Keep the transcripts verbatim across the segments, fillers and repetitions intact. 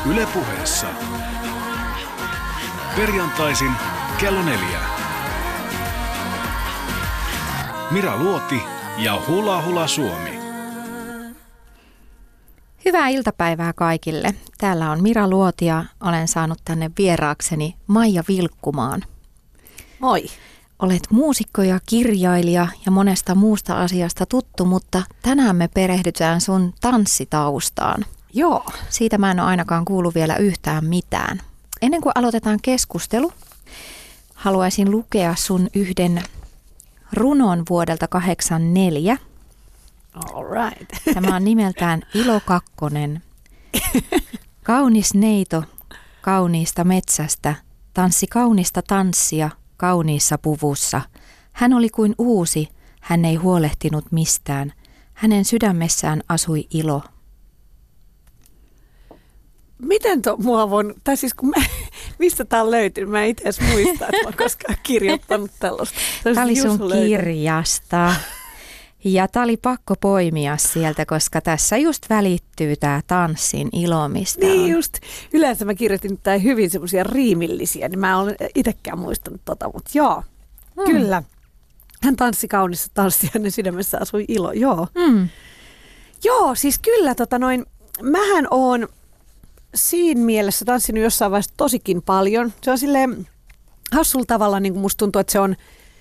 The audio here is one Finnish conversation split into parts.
Yle Puheessa. Perjantaisin kello neljä. Mira Luoti ja Hula Hula Suomi. Hyvää iltapäivää kaikille. Täällä on Mira Luoti ja olen saanut tänne vieraakseni Maija Vilkkumaan. Moi. Olet muusikko ja kirjailija ja monesta muusta asiasta tuttu, mutta tänään me perehdytään sun tanssitaustaan. Joo. Siitä mä en ole ainakaan kuullut vielä yhtään mitään. Ennen kuin aloitetaan keskustelu, haluaisin lukea sun yhden runon vuodelta kahdeksankymmentäneljä. All right. Tämä on nimeltään Ilo Kakkonen. Kaunis neito kauniista metsästä tanssi kaunista tanssia kauniissa puvussa. Hän oli kuin uusi, hän ei huolehtinut mistään. Hänen sydämessään asui ilo. Miten to, mua voin, tai siis kun mä, mistä tää on löytynyt? Mä en itse edes muista, että mä oon koskaan kirjoittanut tällaista. Tämä oli sun kirjasta. Ja tää oli pakko poimia sieltä, koska tässä just välittyy tää tanssin ilo, mistä Niin on. just. Yleensä mä kirjoitin tää hyvin semmoisia riimillisiä, niin mä olen itsekään muistanut tota, mutta joo, hmm. kyllä. Hän tanssi kaunissa tanssia, hänen sydämessä asui ilo, joo. Hmm. Joo, siis kyllä tota noin, mähän oon siinä mielessä tanssinut jossain vaiheessa tosikin paljon. Se on silleen hassulla tavalla, niin kuin musta tuntuu, että se on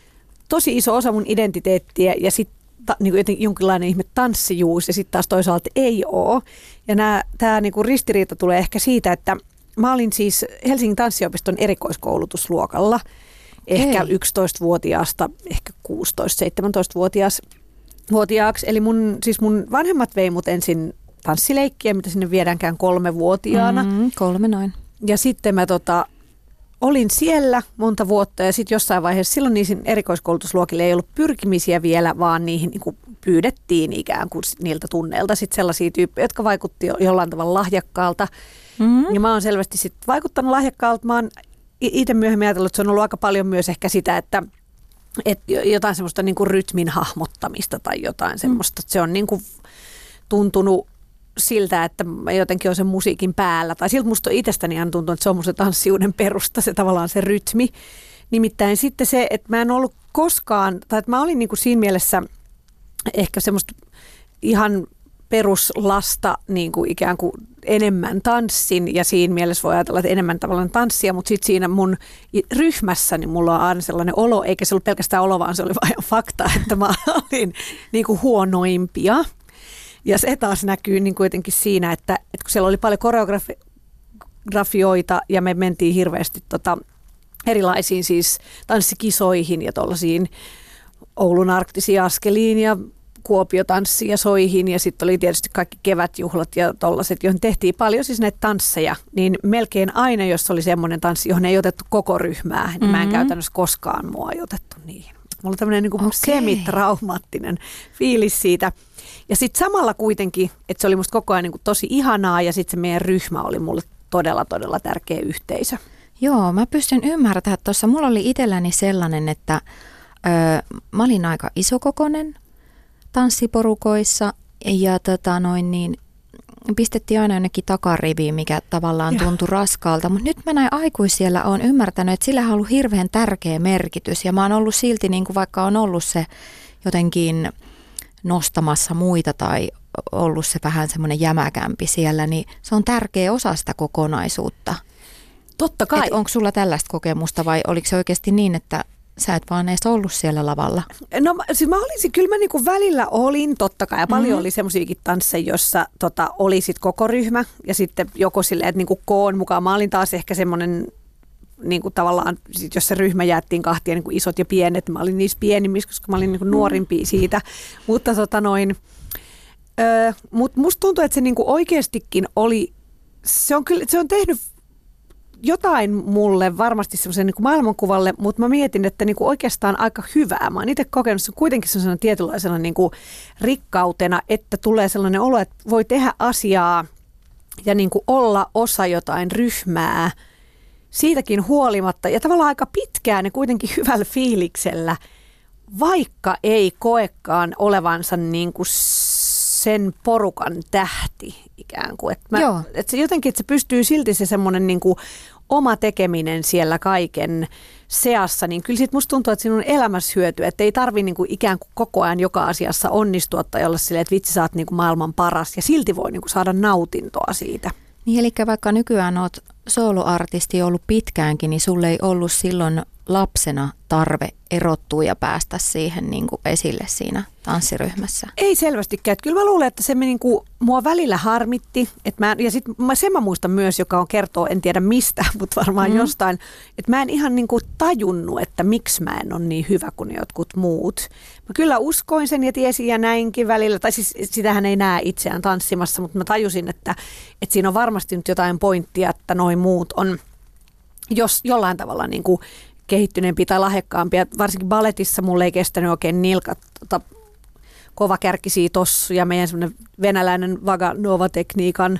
tosi iso osa mun identiteettiä ja sitten niin kuin jonkinlainen ihme tanssijuus ja sitten taas toisaalta ei ole. Ja tämä niin kuin ristiriita tulee ehkä siitä, että mä olin siis Helsingin tanssiopiston erikoiskoulutusluokalla ehkä ei. yksitoistavuotiaasta, ehkä kuusitoista-seitsemäntoistavuotias vuotiaaksi. Eli mun, siis mun vanhemmat vei mut ensin tanssileikkiä, mitä sinne viedäänkään kolmevuotiaana. Mm, kolme noin. Ja sitten mä tota, olin siellä monta vuotta ja sitten jossain vaiheessa, silloin niihin erikoiskoulutusluokille ei ollut pyrkimisiä vielä, vaan niihin niin kuin pyydettiin ikään kuin niiltä tunneilta sitten sellaisia tyyppejä, jotka vaikutti jollain tavalla lahjakkaalta. Mm-hmm. Ja mä oon selvästi sitten vaikuttanut lahjakkaalta. Mä oon itse myöhemmin ajatellut, että se on ollut aika paljon myös ehkä sitä, että, että jotain semmoista niin kuin rytmin hahmottamista tai jotain semmoista. Se on niin kuin tuntunut siltä, että mä jotenkin on sen musiikin päällä. Tai siltä musta itsestäni on tuntunut, että se on musta tanssiuden perusta, se tavallaan se rytmi. Nimittäin sitten se, että mä en ollut koskaan, tai että mä olin niin kuin siinä mielessä ehkä semmoista ihan peruslasta niin kuin ikään kuin enemmän tanssin. Ja siinä mielessä voi ajatella, että enemmän tavallaan tanssia, mutta sitten siinä mun ryhmässä niin mulla on aina sellainen olo, eikä se ollut pelkästään olo, vaan se oli vain fakta, että mä olin niin kuin huonoimpia. Ja se taas näkyy niin kuitenkin siinä, että, että kun siellä oli paljon koreografioita ja me mentiin hirveästi tota, erilaisiin siis tanssikisoihin ja tuollaisiin Oulun arktisiin askeliin ja Kuopio-tanssiin ja soihin ja sitten oli tietysti kaikki kevätjuhlat ja tollaiset, joihin tehtiin paljon siis näitä tansseja, niin melkein aina, jos oli semmoinen tanssi, johon ei otettu koko ryhmää, niin mm-hmm. mä en käytännössä koskaan mua ei otettu niihin. Mulla on tämmöinen niin kuin okay. semitraumaattinen fiilis siitä. Ja sitten samalla kuitenkin, että se oli musta koko ajan niin kuin tosi ihanaa ja sitten se meidän ryhmä oli mulle todella, todella tärkeä yhteisö. Joo, mä pystyn ymmärtämään tuossa. Mulla oli itselläni sellainen, että ö, mä olin aika isokokoinen tanssiporukoissa ja tota noin niin, pistettiin aina jonnekin takariviin, mikä tavallaan tuntui raskaalta. Mutta nyt mä näin aikuisiellä olen ymmärtänyt, että sillä on ollut hirveän tärkeä merkitys ja mä oon ollut silti, niin kuin vaikka on ollut se jotenkin nostamassa muita tai ollut se vähän semmoinen jämäkämpi siellä, niin se on tärkeä osa sitä kokonaisuutta. Totta kai. Et onko sulla tällaista kokemusta vai oliko se oikeasti niin, että sä et vaan edes ollut siellä lavalla? No siis mä olisin, kyllä mä niinku välillä olin totta kai ja paljon mm-hmm. oli semmoisiakin tansseja, jossa tota, oli sit koko ryhmä ja sitten joko silleen, että niinku koon mukaan. Mä olin taas ehkä semmoinen niin kuin tavallaan, jos se ryhmä jaettiin kahtia niin kuin isot ja pienet, mä olin niissä pienimmissä, koska mä olin niin kuin nuorimpia siitä, mutta tota noin, öö, mut musta tuntuu, että se niin kuin oikeastikin oli, se on kyllä, se on tehnyt jotain mulle varmasti semmoisen niin kuin maailmankuvalle, mutta mä mietin, että niin kuin oikeastaan aika hyvää. Mä oon itse kokenut sen kuitenkin sellaisena tietynlaisena niin kuin rikkautena, että tulee sellainen olo, että voi tehdä asiaa ja niin kuin olla osa jotain ryhmää siitäkin huolimatta ja tavallaan aika pitkään ja kuitenkin hyvällä fiiliksellä, vaikka ei koekaan olevansa niin kuin sen porukan tähti ikään kuin. Että mä, et se jotenkin, että se pystyy silti se semmoinen niin kuin oma tekeminen siellä kaiken seassa, niin kyllä siitä musta tuntuu, että siinä on elämässä hyötyä, että ei tarvitse niin kuin ikään kuin koko ajan joka asiassa onnistua tai olla silleen, että vitsi sä oot niin kuin maailman paras ja silti voi niin kuin saada nautintoa siitä. Niin, eli vaikka nykyään oot soloartisti ollut pitkäänkin, niin sulle ei ollut silloin lapsena tarve erottua ja päästä siihen niin kuin esille siinä tanssiryhmässä? Ei selvästikään. Kyllä mä luulen, että se niin kuin, mua välillä harmitti. Että mä, ja sitten sen mä muistan myös, joka on kertoo, en tiedä mistä, mutta varmaan mm. jostain, että mä en ihan niin kuin tajunnut, että miksi mä en ole niin hyvä kuin jotkut muut. Mä kyllä uskoin sen ja tiesin ja näinkin välillä, tai siis sitähän ei näe itseään tanssimassa, mutta mä tajusin, että, että siinä on varmasti nyt jotain pointtia, että noi muut on jos jollain tavalla niin kuin kehittyneempiä tai lahjakkaampia. Varsinkin balletissa mulle ei kestänyt oikein nilkat tota, kovakärkisiä tossuja. Meidän semmoinen venäläinen Vaga Nova-tekniikan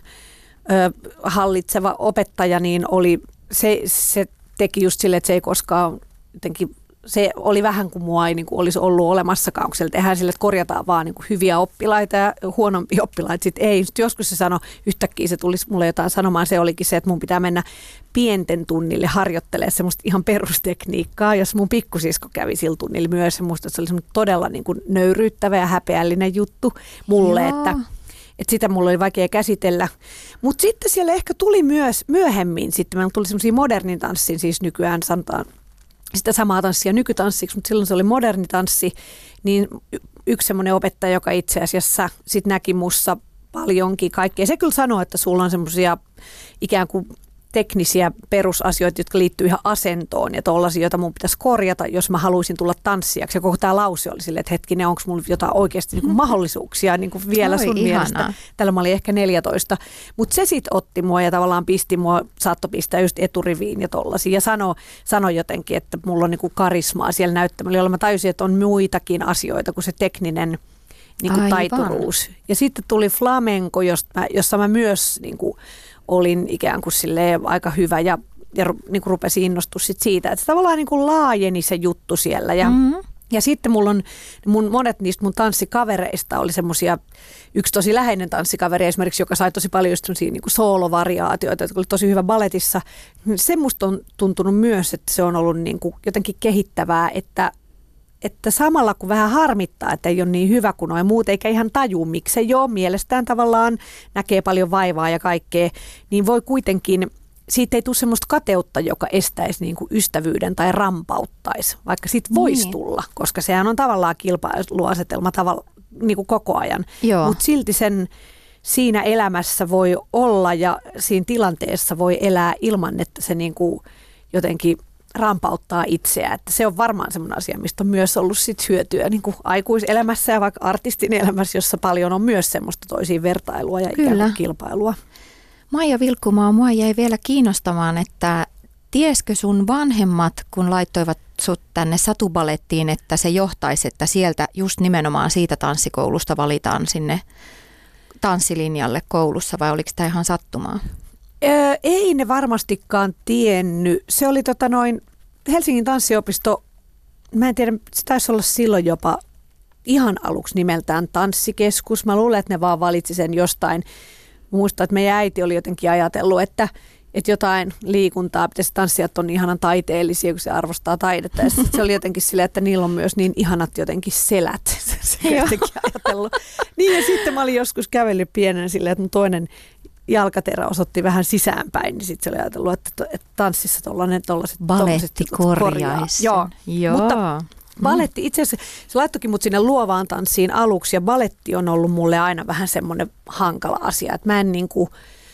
ö, hallitseva opettaja, niin oli, se, se teki just silleen, että se ei koskaan jotenkin, se oli vähän kuin mua ei niin kuin olisi ollut olemassakaan, kun siellä tehdään sille, että korjataan vaan niin kuin hyviä oppilaita ja huonompia oppilaita. Sitten ei, sitten joskus se sanoi, yhtäkkiä se tulisi mulle jotain sanomaan, se olikin se, että mun pitää mennä pienten tunnille harjoittelemaan semmoista ihan perustekniikkaa, jos mun pikkusisko kävi sillä tunnilla myös. Ja musta se oli semmoinen todella niin kuin nöyryyttävä ja häpeällinen juttu mulle, että, että sitä mulla oli vaikea käsitellä. Mutta sitten siellä ehkä tuli myös myöhemmin, sitten meillä tuli semmoisia modernin tanssin, siis nykyään sanotaan, sitä samaa tanssia nykytanssiksi, mutta silloin se oli moderni tanssi, niin yksi semmoinen opettaja, joka itse asiassa sit näki mussa paljonkin kaikkea. Se kyllä sanoo, että sulla on semmoisia ikään kuin teknisiä perusasioita, jotka liittyy ihan asentoon ja tollaisia, joita mun pitäisi korjata, jos mä haluaisin tulla tanssijaksi. Ja koko tämä lause oli silleen, että hetkinen, onko mulla jotain oikeasti niin kuin mahdollisuuksia niin kuin vielä sun Oi, mielestä. Tällä mä olin ehkä neljätoista. Mutta se sitten otti mua ja tavallaan pisti mua, saattoi pistää just eturiviin ja tollaisia. Ja sanoi sano jotenkin, että mulla on niin kuin karismaa siellä näyttämällä, jolla mä tajusin, että on muitakin asioita kuin se tekninen niin kuin taituruus. Ja sitten tuli flamenco, josta mä, jossa mä myös niin kuin olin ikään kuin silleen aika hyvä ja, ja niin kuin rupesin innostua sit siitä, että se tavallaan niin kuin laajeni se juttu siellä. Ja, mm-hmm. ja sitten mulla on, mun, monet niistä mun tanssikavereista oli semmoisia, yksi tosi läheinen tanssikaveri esimerkiksi, joka sai tosi paljon just semmoisia niin kuin soolovariaatioita, jotka oli tosi hyvä balletissa. Se musta on tuntunut myös, että se on ollut niin kuin jotenkin kehittävää, että että samalla kun vähän harmittaa, että ei ole niin hyvä kuin noin muut, eikä ihan tajuu, miksi se jo mielestään tavallaan näkee paljon vaivaa ja kaikkea, niin voi kuitenkin, siitä ei tule semmoista kateutta, joka estäisi niin kuin ystävyyden tai rampauttaisi, vaikka siitä voisi niin tulla, koska sehän on tavallaan kilpailuasetelma tavalla, niin kuin koko ajan, mutta silti sen siinä elämässä voi olla ja siinä tilanteessa voi elää ilman, että se niin kuin jotenkin rampauttaa itseä, että se on varmaan semmoinen asia, mistä on myös ollut sit hyötyä niin kuin aikuiselämässä ja vaikka artistin elämässä, jossa paljon on myös semmoista toisiin vertailua ja ikään kuin kilpailua. Maija Vilkkumaa, mua jäi vielä kiinnostamaan, että tieskö sun vanhemmat, kun laittoivat sut tänne satubalettiin, että se johtaisi, että sieltä just nimenomaan siitä tanssikoulusta valitaan sinne tanssilinjalle koulussa vai oliko tämä ihan sattumaa? Öö, ei ne varmastikaan tiennyt. Se oli tota noin Helsingin tanssiopisto, mä en tiedä, se taisi olla silloin jopa ihan aluksi nimeltään Tanssikeskus. Mä luulen, että ne vaan valitsi sen jostain. Muistan, että meidän äiti oli jotenkin ajatellut, että, että jotain liikuntaa pitäisi tanssijat on ihanan taiteellisia, kun se arvostaa taidetta. Ja se oli jotenkin silleen, että niillä on myös niin ihanat jotenkin selät. Se jotenkin ajatellut. Niin ja sitten mä olin joskus kävellyt pienen silleen, että mun toinen jalkaterä osoitti vähän sisäänpäin, niin sitten se oli ajatellut, että, että tanssissa tollainen, tollaiset baletti korjaisi. Joo. Joo, mutta baletti, itse asiassa se laittokin mut sinne luovaan tanssiin aluksi ja baletti on ollut mulle aina vähän semmoinen hankala asia, että mä en niinku,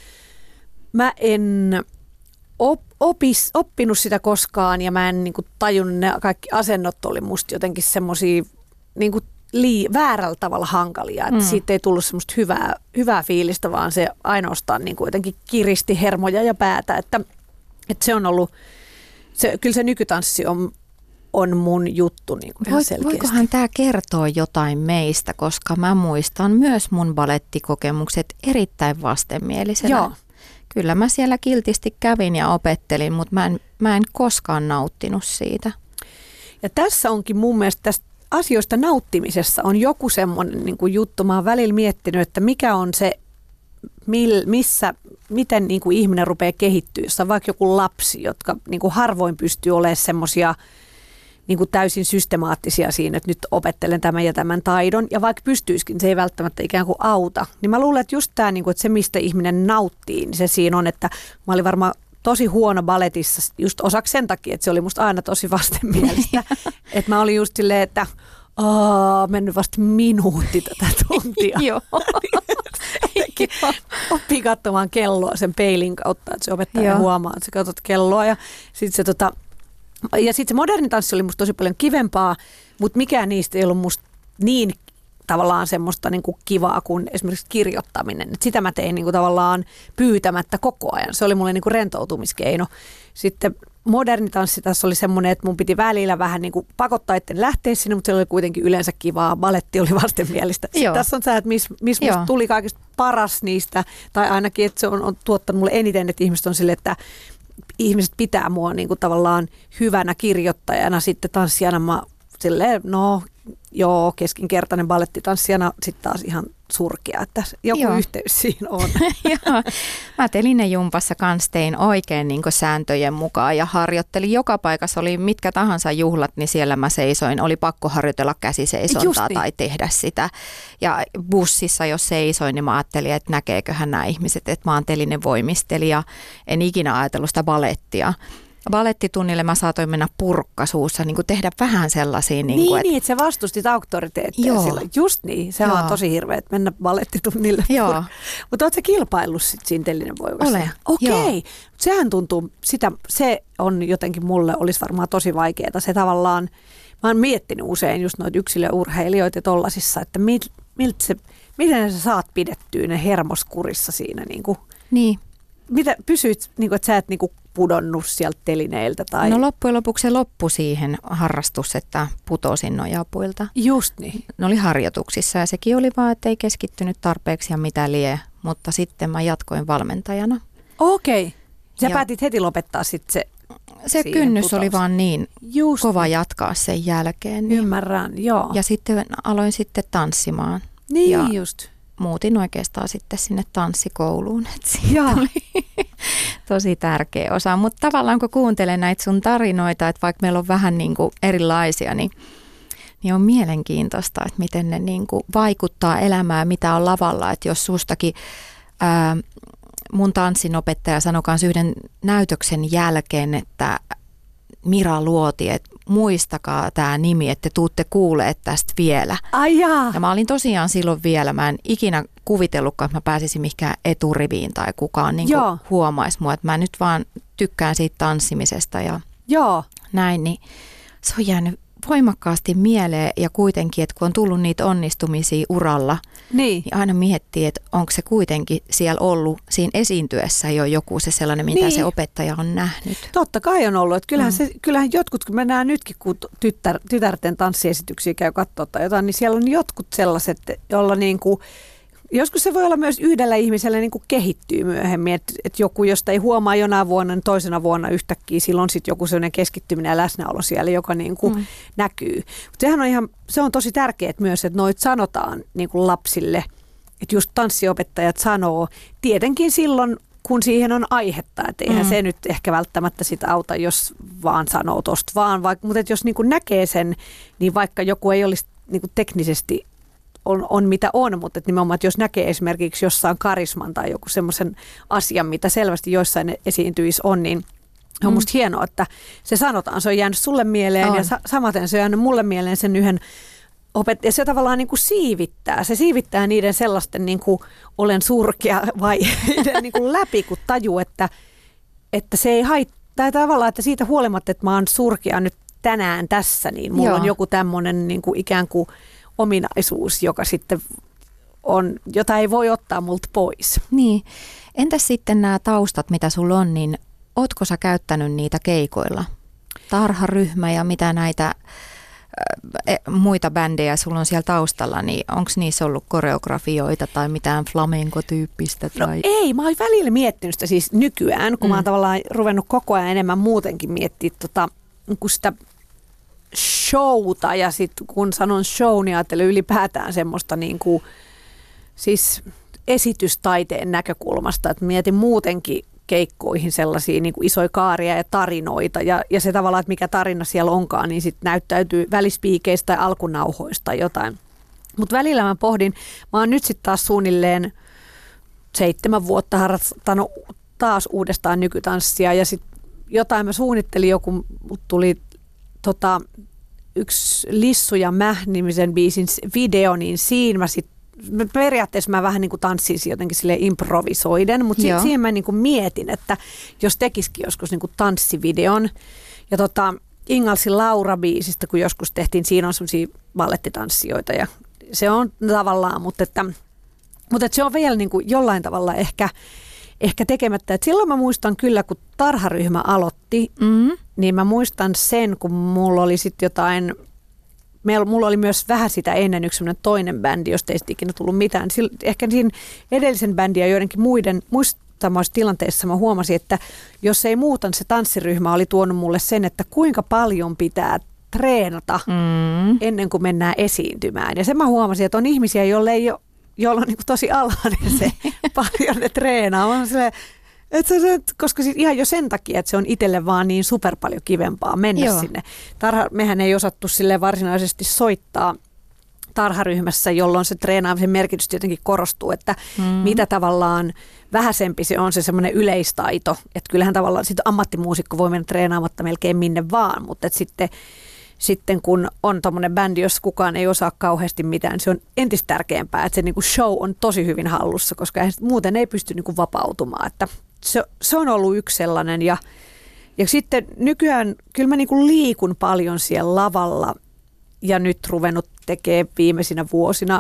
mä en op, opis, oppinut sitä koskaan ja mä en niinku tajunnut, ne kaikki asennot oli musta jotenkin semmosia niinku Lii, väärällä tavalla hankalia, että mm. siitä ei tullut semmoista hyvää, hyvää fiilistä, vaan se ainoastaan niin kuin jotenkin kiristi hermoja ja päätä, että, että se on ollut, se, kyllä se nykytanssi on, on mun juttu niin kuin ihan selkeästi. Voikohan tämä kertoa jotain meistä, koska mä muistan myös mun balettikokemukset erittäin vastenmielisenä. Joo. Kyllä mä siellä kiltisti kävin ja opettelin, mutta mä en, mä en koskaan nauttinut siitä. Ja tässä onkin mun mielestä tästä asioista nauttimisessa on joku semmoinen niin kuin juttu. Mä oon välillä miettinyt, että mikä on se, mil, missä, miten niin kuin ihminen rupeaa kehittyä. Jos on vaikka joku lapsi, jotka niin kuin harvoin pystyy olemaan semmoisia niin kuin täysin systemaattisia siinä, että nyt opettelen tämän ja tämän taidon. Ja vaikka pystyisikin, se ei välttämättä ikään kuin auta. Niin mä luulen, että just tämä, niin kuin, että se mistä ihminen nauttii, niin se siinä on, että mä olin varmaan tosi huono baletissa just osaksi sen takia, että se oli musta aina tosi vastenmielistä. Että mä olin just silleen, että aah, mennyt vasta minuutti tätä tuntia. Joo. Oppii katsomaan kelloa sen peilin kautta, että se opettaja huomaa, että sä katsot kelloa. Ja sitten se, tota, ja sit se moderni tanssi oli musta tosi paljon kivempaa, mutta mikään niistä ei ollut musta niin tavallaan semmoista niin kuin kivaa kuin esimerkiksi kirjoittaminen. Et sitä mä tein niin kuin tavallaan pyytämättä koko ajan. Se oli mulle niin kuin rentoutumiskeino. Sitten moderni tanssi tässä oli semmoinen, että mun piti välillä vähän niin kuin pakottaa, etten lähteä sinne, mutta se oli kuitenkin yleensä kivaa. Baletti oli vastenmielistä. Tässä on se, että missä mis musta tuli kaikista paras niistä, tai ainakin, että se on, on tuottanut mulle eniten, että ihmiset on sille, että ihmiset pitää mua niin kuin tavallaan hyvänä kirjoittajana, sitten tanssijana mä silleen, no joo, keskinkertainen balettitanssijana sitten taas ihan surkea, että joku joo. yhteys siinä on. Joo. Mä telinejumpassa kans tein oikein niin kuin sääntöjen mukaan ja harjoittelin joka paikassa, oli mitkä tahansa juhlat, niin siellä mä seisoin. Oli pakko harjoitella käsiseisontaa niin. tai tehdä sitä. Ja bussissa jos seisoin, niin mä ajattelin, että näkeeköhän nämä ihmiset, että mä oon telinevoimistelija. En ikinä ajatellut sitä balettia. Balettitunnille mä saatoin mennä purkkasuussa, niin kuin tehdä vähän sellaisia. Niin, niin, kuin, että niin, että se vastustit auktoriteettia silloin. Just niin, se Joo. on tosi hirveä, että mennä balettitunnille. Joo. Mutta ootko sä kilpaillut sit siinä telinevoimassa? Olen. Okei, okay. Sehän tuntuu, sitä, se on jotenkin mulle, olisi varmaan tosi vaikeaa. Se tavallaan, mä oon miettinyt usein just noita yksilöurheilijoita tollasissa, että mil, miltä se, miten sä saat pidettyä ne hermoskurissa siinä. Niin. Kuin, niin. Mitä, pysyit, niin kuin, että sä et niin kuin pudonnut sieltä telineiltä? Tai... No loppujen lopuksi se loppui siihen harrastus, että putosin nojapuilta. Just niin. Ne oli harjoituksissa ja sekin oli vaan, että ei keskittynyt tarpeeksi ja mitä lie, mutta sitten mä jatkoin valmentajana. Okei. Sä ja päätit heti lopettaa sitten se Se kynnys putous. Oli vaan niin Just kova niin. jatkaa sen jälkeen. Niin. Ymmärrän, joo. Ja sitten aloin sitten tanssimaan. Niin ja just. Muutin oikeastaan sitten sinne tanssikouluun, että siitä oli tosi tärkeä osa. Mutta tavallaan kun kuuntelen näitä sun tarinoita, että vaikka meillä on vähän niin kuin erilaisia, niin, niin on mielenkiintoista, että miten ne niin kuin vaikuttaa elämään, mitä on lavalla. Että jos sustakin ää, mun tanssinopettaja sanoi myös yhden näytöksen jälkeen, että Mira Luoti, että muistakaa tämä nimi, että te tuutte kuulee tästä vielä. Ai jaa. Ja mä olin tosiaan silloin vielä, mä en ikinä kuvitellutkaan, että mä pääsisin mihinkään eturiviin tai kukaan niin kuin huomaisi mua, että mä nyt vaan tykkään siitä tanssimisesta ja Joo. näin, niin se on jäänyt voimakkaasti mieleen ja kuitenkin, että kun on tullut niitä onnistumisia uralla, niin, niin aina miettii, että onko se kuitenkin siellä ollut siinä esiintyessä jo joku se sellainen, mitä niin. se opettaja on nähnyt. Totta kai on ollut. Että kyllähän, mm. se, kyllähän jotkut, kun mä näen nytkin, kun tytär, tytärten tanssiesityksiä käy katsoa tai jotain, niin siellä on jotkut sellaiset, joilla niin kuin joskus se voi olla myös yhdellä ihmisellä niin kuin kehittyy myöhemmin, että, että joku, josta ei huomaa jonain vuonna, niin toisena vuonna yhtäkkiä silloin sitten joku sellainen keskittyminen ja läsnäolo siellä, joka niin kuin mm. näkyy. Mutta sehän on ihan, se on tosi tärkeää myös, että noit sanotaan niin kuin lapsille, että just tanssiopettajat sanoo, tietenkin silloin, kun siihen on aihetta, että eihän mm. se nyt ehkä välttämättä sitä auta, jos vaan sanoo tosta vaan, vaikka, mutta että jos niin kuin näkee sen, niin vaikka joku ei olisi niin kuin teknisesti On, on mitä on, mutta että nimenomaan, että jos näkee esimerkiksi jossain karisman tai joku semmoisen asian, mitä selvästi joissain esiintyjissä on, niin on musta mm. hienoa, että se sanotaan. Se on jäänyt sulle mieleen on. ja sa- samaten se on jäänyt mulle mieleen sen yhden opet- ja se tavallaan niin kuin siivittää. Se siivittää niiden sellaisten niin kuin olen surkea vai niin kuin läpi, kun tajuu, että, että se ei haittaa tavallaan, että siitä huolimatta, että mä oon surkea nyt tänään tässä, niin mulla Joo. on joku tämmöinen niin kuin ikään kuin ominaisuus, joka sitten on, jota ei voi ottaa multa pois. Niin. Entäs sitten nämä taustat, mitä sulla on, niin ootko sä käyttänyt niitä keikoilla? Tarharyhmä ja mitä näitä äh, muita bändejä sulla on siellä taustalla, niin onko niissä ollut koreografioita tai mitään flamenco-tyyppistä? Tai? No ei, mä oon välillä miettinyt sitä siis nykyään, kun mm. mä oon tavallaan ruvennut koko ajan enemmän muutenkin miettimään tota, kun sitä showta ja sitten kun sanon show, niin ajattelen ylipäätään semmoista niin kuin, siis esitystaiteen näkökulmasta, että mietin muutenkin keikkoihin sellaisia niin kuin isoja kaaria ja tarinoita ja, ja se tavallaan, että mikä tarina siellä onkaan, niin sitten näyttäytyy välispiikeistä tai alkunauhoista tai jotain. Mutta välillä mä pohdin, mä oon nyt sitten taas suunnilleen seitsemän vuotta harrastanut taas uudestaan nykytanssia ja sitten jotain mä suunnittelin, joku tuli tota, yksi Lissu ja Mäh-nimisen biisin video, niin siinä mä sitten periaatteessa mä vähän niin kuin tanssin jotenkin silleen improvisoiden, mutta si- siihen mä niin kuin mietin, että jos tekisikin joskus niin kuin tanssivideon. Ja tota, Ingalsin Laura-biisistä, kun joskus tehtiin, siinä on semmoisia ballettitanssijoita ja se on tavallaan, mutta, että, mutta että se on vielä niin kuin jollain tavalla ehkä, ehkä tekemättä. Et silloin mä muistan kyllä, kun tarharyhmä aloitti, mm-hmm. niin mä muistan sen, kun mulla oli sitten jotain... Meillä, mulla oli myös vähän sitä ennen yksi toinen bändi, josta ei sitten ikinä tullut mitään. Ehkä siinä edellisen bändin ja joidenkin muiden muistamoissa tilanteissa mä huomasin, että jos ei muuta, se tanssiryhmä oli tuonut mulle sen, että kuinka paljon pitää treenata mm. ennen kuin mennään esiintymään. Ja sen mä huomasin, että on ihmisiä, joille ei ole, joilla on niin kuin tosi alhainen se paljon ne treenaa. Mä silleen, et se, se, koska siis ihan jo sen takia, että se on itselle vaan niin super paljon kivempaa mennä Joo. sinne. Tarha, mehän ei osattu silleen varsinaisesti soittaa tarharyhmässä, jolloin se treenaamisen merkitys jotenkin korostuu, että mm. mitä tavallaan vähäisempi se on se semmoinen yleistaito. Että kyllähän tavallaan sit ammattimuusikko voi mennä treenaamatta melkein minne vaan, mutta sitten, sitten kun on tommoinen bändi, jossa kukaan ei osaa kauheasti mitään, se on entistä tärkeämpää, että se niinku show on tosi hyvin hallussa, koska muuten ei pysty niinku vapautumaan, että Se, se on ollut yksi sellainen ja, ja sitten nykyään kyllä mä niinku liikun paljon siellä lavalla ja nyt ruvennut tekemään viimeisinä vuosina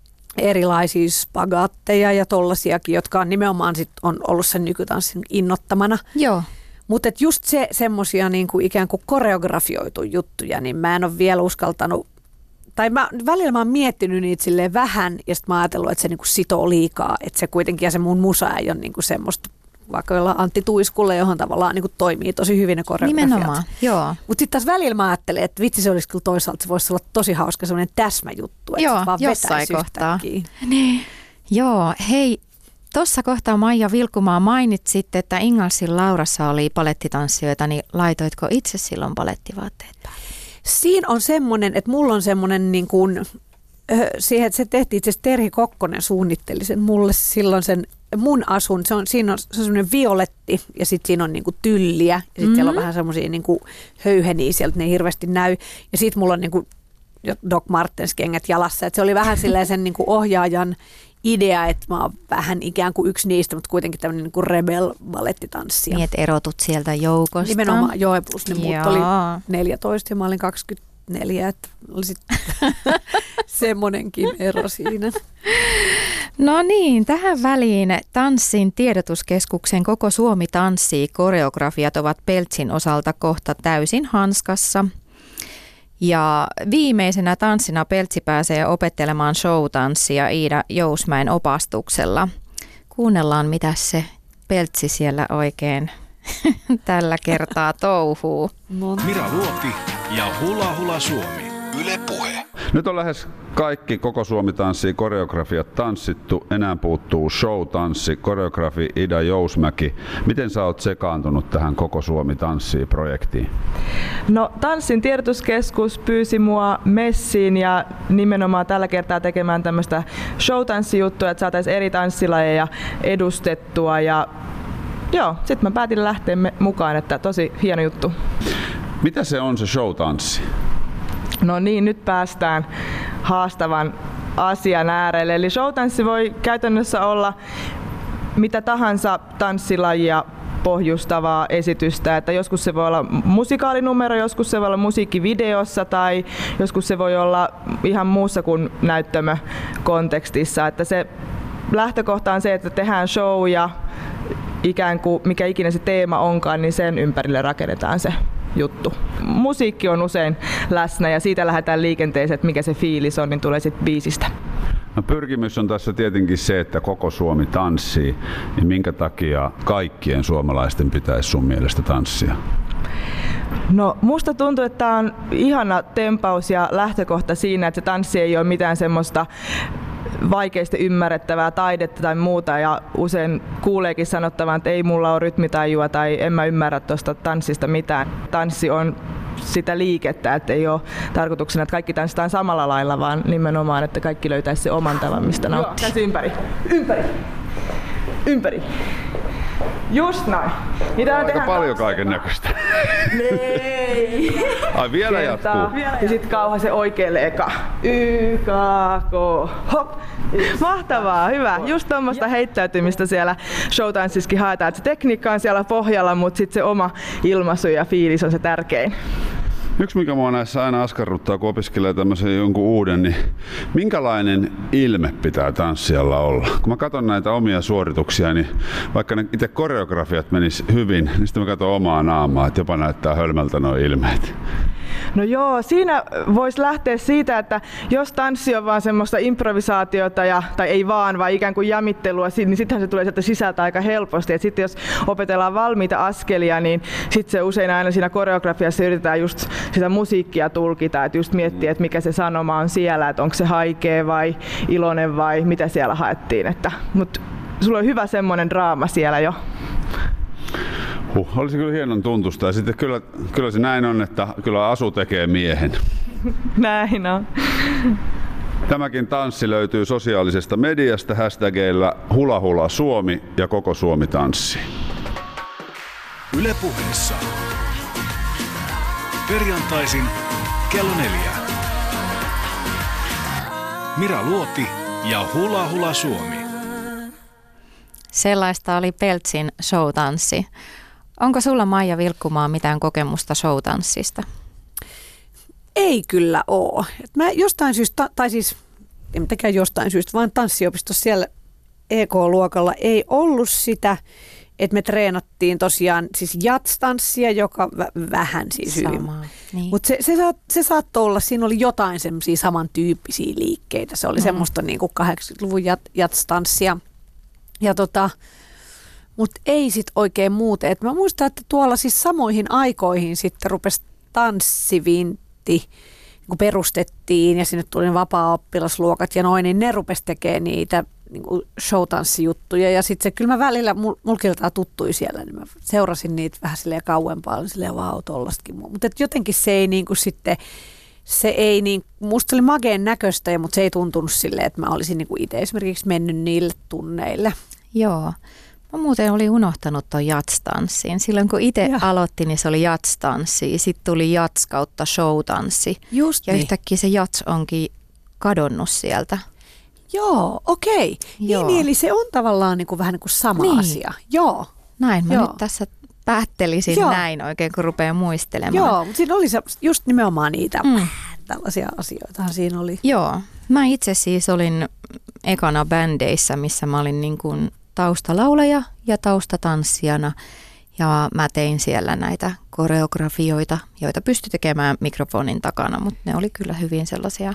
erilaisia spagaatteja ja tollasiakin, jotka on nimenomaan sit on ollut sen nykytanssin innottamana. Joo. Mutta just se semmoisia niinku ikään kuin koreografioitu juttuja, niin mä en ole vielä uskaltanut, tai mä, välillä mä oon miettinyt niitä silleen vähän ja sitten mä oon ajatellut, että se niinku sitoo liikaa, että se kuitenkin ja se mun musa ei ole niinku semmoista, vaikka jollain Antti Tuiskulle, johon tavallaan niin kuin toimii tosi hyvin ne koreografiat. Nimenomaan, joo. Mutta sitten taas välillä mä ajattelen, että vitsi se olisi kyllä toisaalta, se voisi olla tosi hauska semmoinen täsmäjuttu, että joo, vaan jossain kohtaa. Niin. Joo, hei, tuossa kohtaa Maija Vilkumaa mainitsit, että Ingalsin Laurassa oli palettitanssijoita, niin laitoitko itse silloin palettivaatteet päälle? Siinä on semmoinen, että mulla on semmoinen niin kuin, siihen, että se tehtiin itse asiassa Terhi Kokkonen suunnitteli sen mulle silloin sen mun asun, se on, siinä on, se on semmoinen violetti ja sitten siinä on niinku tylliä ja sitten mm-hmm. siellä on vähän semmoisia niinku höyheniä sieltä, ne ei hirveästi näy. Ja sitten mulla on niinku Doc Martens kengät jalassa, että se oli vähän silleen sen niinku ohjaajan idea, että mä oon vähän ikään kuin yksi niistä, mutta kuitenkin tämmöinen niinku rebel-balettitanssija. Niin, että erotut sieltä joukosta. Nimenomaan, joo, plus ne muut oli neljätoista ja mä olin kaksikymmentäneljä, että oli sitten semmoinenkin ero siinä. No niin, tähän väliin Tanssin tiedotuskeskuksen Koko Suomi tanssii -koreografiat ovat Peltsin osalta kohta täysin hanskassa. Ja viimeisenä tanssina Peltsi pääsee opettelemaan showtanssia Iida Jousmäen opastuksella. Kuunnellaan, mitä se Peltsi siellä oikein tällä kertaa touhuu. Mira Luoti ja Hula Hula Suomi. Yle Puhe. Nyt on lähes kaikki Koko Suomi tanssii -koreografiat tanssittu. Enää puuttuu showtanssi, koreografi Iida Jousmäki. Miten sä oot sekaantunut tähän Koko Suomi tanssii -projektiin? No, Tanssin tiedotuskeskus pyysi mua messiin ja nimenomaan tällä kertaa tekemään tämmöistä showtanssijuttua, että saataisiin eri tanssilajeja edustettua. Ja joo, sitten mä päätin lähteä mukaan, että tosi hieno juttu. Mitä se on se showtanssi? No niin, nyt päästään haastavan asian äärelle. Eli showtanssi voi käytännössä olla mitä tahansa tanssilajia pohjustavaa esitystä. Että joskus se voi olla musikaalinumero, joskus se voi olla musiikkivideossa tai joskus se voi olla ihan muussa kuin näyttämökontekstissa. Että se lähtökohta on se, että tehdään show ja ikään kuin mikä ikinä se teema onkaan, niin sen ympärille rakennetaan se juttu. Musiikki on usein läsnä ja siitä lähdetään liikenteeseen, että mikä se fiilis on, niin tulee sitten biisistä. No, pyrkimys on tässä tietenkin se, että koko Suomi tanssii. Niin minkä takia kaikkien suomalaisten pitäisi sun mielestä tanssia? No musta tuntuu, että tämä on ihana tempaus ja lähtökohta siinä, että se tanssi ei ole mitään semmoista vaikeasti ymmärrettävää taidetta tai muuta, ja usein kuuleekin sanottavan, että ei mulla ole rytmitajua tai en mä ymmärrä tuosta tanssista mitään. Tanssi on sitä liikettä, että ei ole tarkoituksena, että kaikki tanssitaan samalla lailla, vaan nimenomaan, että kaikki löytäisi se oman tavan, mistä nauttii. Käsi ympäri. Ympäri. Ympäri. Just näin. Mitä aika paljon kaiken näköistä. Ei. Ai vielä Kertaa. jatkuu. Ja sit kauha se oikealle eka. Y, K, K, hop. Mahtavaa, hyvä. Just tuommoista heittäytymistä siellä showtanssissakin haetaan. Se tekniikka on siellä pohjalla, mutta sit se oma ilmaisu ja fiilis on se tärkein. Yksi, mikä mua näissä aina askarruttaa, kun opiskelee tämmöisen jonkun uuden, niin minkälainen ilme pitää tanssijalla olla? Kun mä katson näitä omia suorituksia, niin vaikka ne itse koreografiat menis hyvin, niin sitten mä katson omaa naamaa, että jopa näyttää hölmältä nuo ilmeet. No joo, siinä voisi lähteä siitä, että jos tanssi on vaan semmoista improvisaatiota, ja, tai ei vaan, vaan ikään kuin jamittelua, niin sittenhän se tulee sieltä sisältä aika helposti. Et sitten jos opetellaan valmiita askelia, niin sitten se usein aina siinä koreografiassa yritetään just sitä musiikkia tulkita, että just miettiä, että mikä se sanoma on siellä, että onko se haikea vai iloinen vai mitä siellä haettiin. Mutta sulla on hyvä semmoinen draama siellä jo. Huh, olisi kyllä hienon tuntusta, ja sitten kyllä, kyllä se näin on, että kyllä asu tekee miehen. Näin on. Tämäkin tanssi löytyy sosiaalisesta mediasta hashtageilla Hula Hula Suomi ja Koko Suomi tanssii. Yle Puheessa. Perjantaisin kello neljä. Mira Luoti ja Hula Hula Suomi. Sellaista oli Peltsin showtanssi. Onko sulla, Maija Vilkkumaa, mitään kokemusta showtanssista? Ei kyllä ole. Mä jostain syystä, tai siis ei mitenkään jostain syystä, vaan tanssiopistossa siellä E K-luokalla ei ollut sitä, että me treenattiin tosiaan siis jats-tanssia, joka v- vähän siis hyvin. Niin. Mutta se, se, se saattoi olla, siinä oli jotain semmoisia samantyyppisiä liikkeitä. Se oli mm. semmoista niin kuin kahdeksankymmentäluvun jat, jats-tanssia. Ja tota, mutta ei sit oikein muuten. Et mä muistan, että tuolla siis samoihin aikoihin sitten rupesi tanssivintti, kun perustettiin ja sinne tuli vapaa-oppilasluokat ja noin, niin ne rupesi tekemään niitä niin kuin showtanssijuttuja. Ja sitten se kyllä mä välillä, mul, mulkiltaan tuttui siellä, niin mä seurasin niitä vähän silleen kauempaa, oli silleen vau, tollastakin. Mutta jotenkin se ei niin kuin sitten, se ei niin, musta oli mageen näköistä, mutta se ei tuntunut silleen, että mä olisin niin kuin itse esimerkiksi mennyt niille tunneille. Joo. Mä muuten olin unohtanut ton jats-tanssin. Silloin kun itse aloittin, niin se oli jats-tanssi. Sitten tuli jats kautta showtanssi. Just ja niin. Yhtäkkiä se jats onkin kadonnut sieltä. Joo, okei. Joo. Niin, eli se on tavallaan niin kuin vähän niin kuin sama niin. asia. Joo. Näin mä Joo. nyt tässä päättelisin Joo. näin oikein, kun rupeaa muistelemaan. Joo, mutta siinä oli se, just nimenomaan niitä mm. tällaisia asioita siinä oli. Joo. Mä itse siis olin ekana bändeissä, missä mä olin niin kuin taustalaulaja ja taustatanssijana. Ja mä tein siellä näitä koreografioita, joita pystyi tekemään mikrofonin takana, mutta ne oli kyllä hyvin sellaisia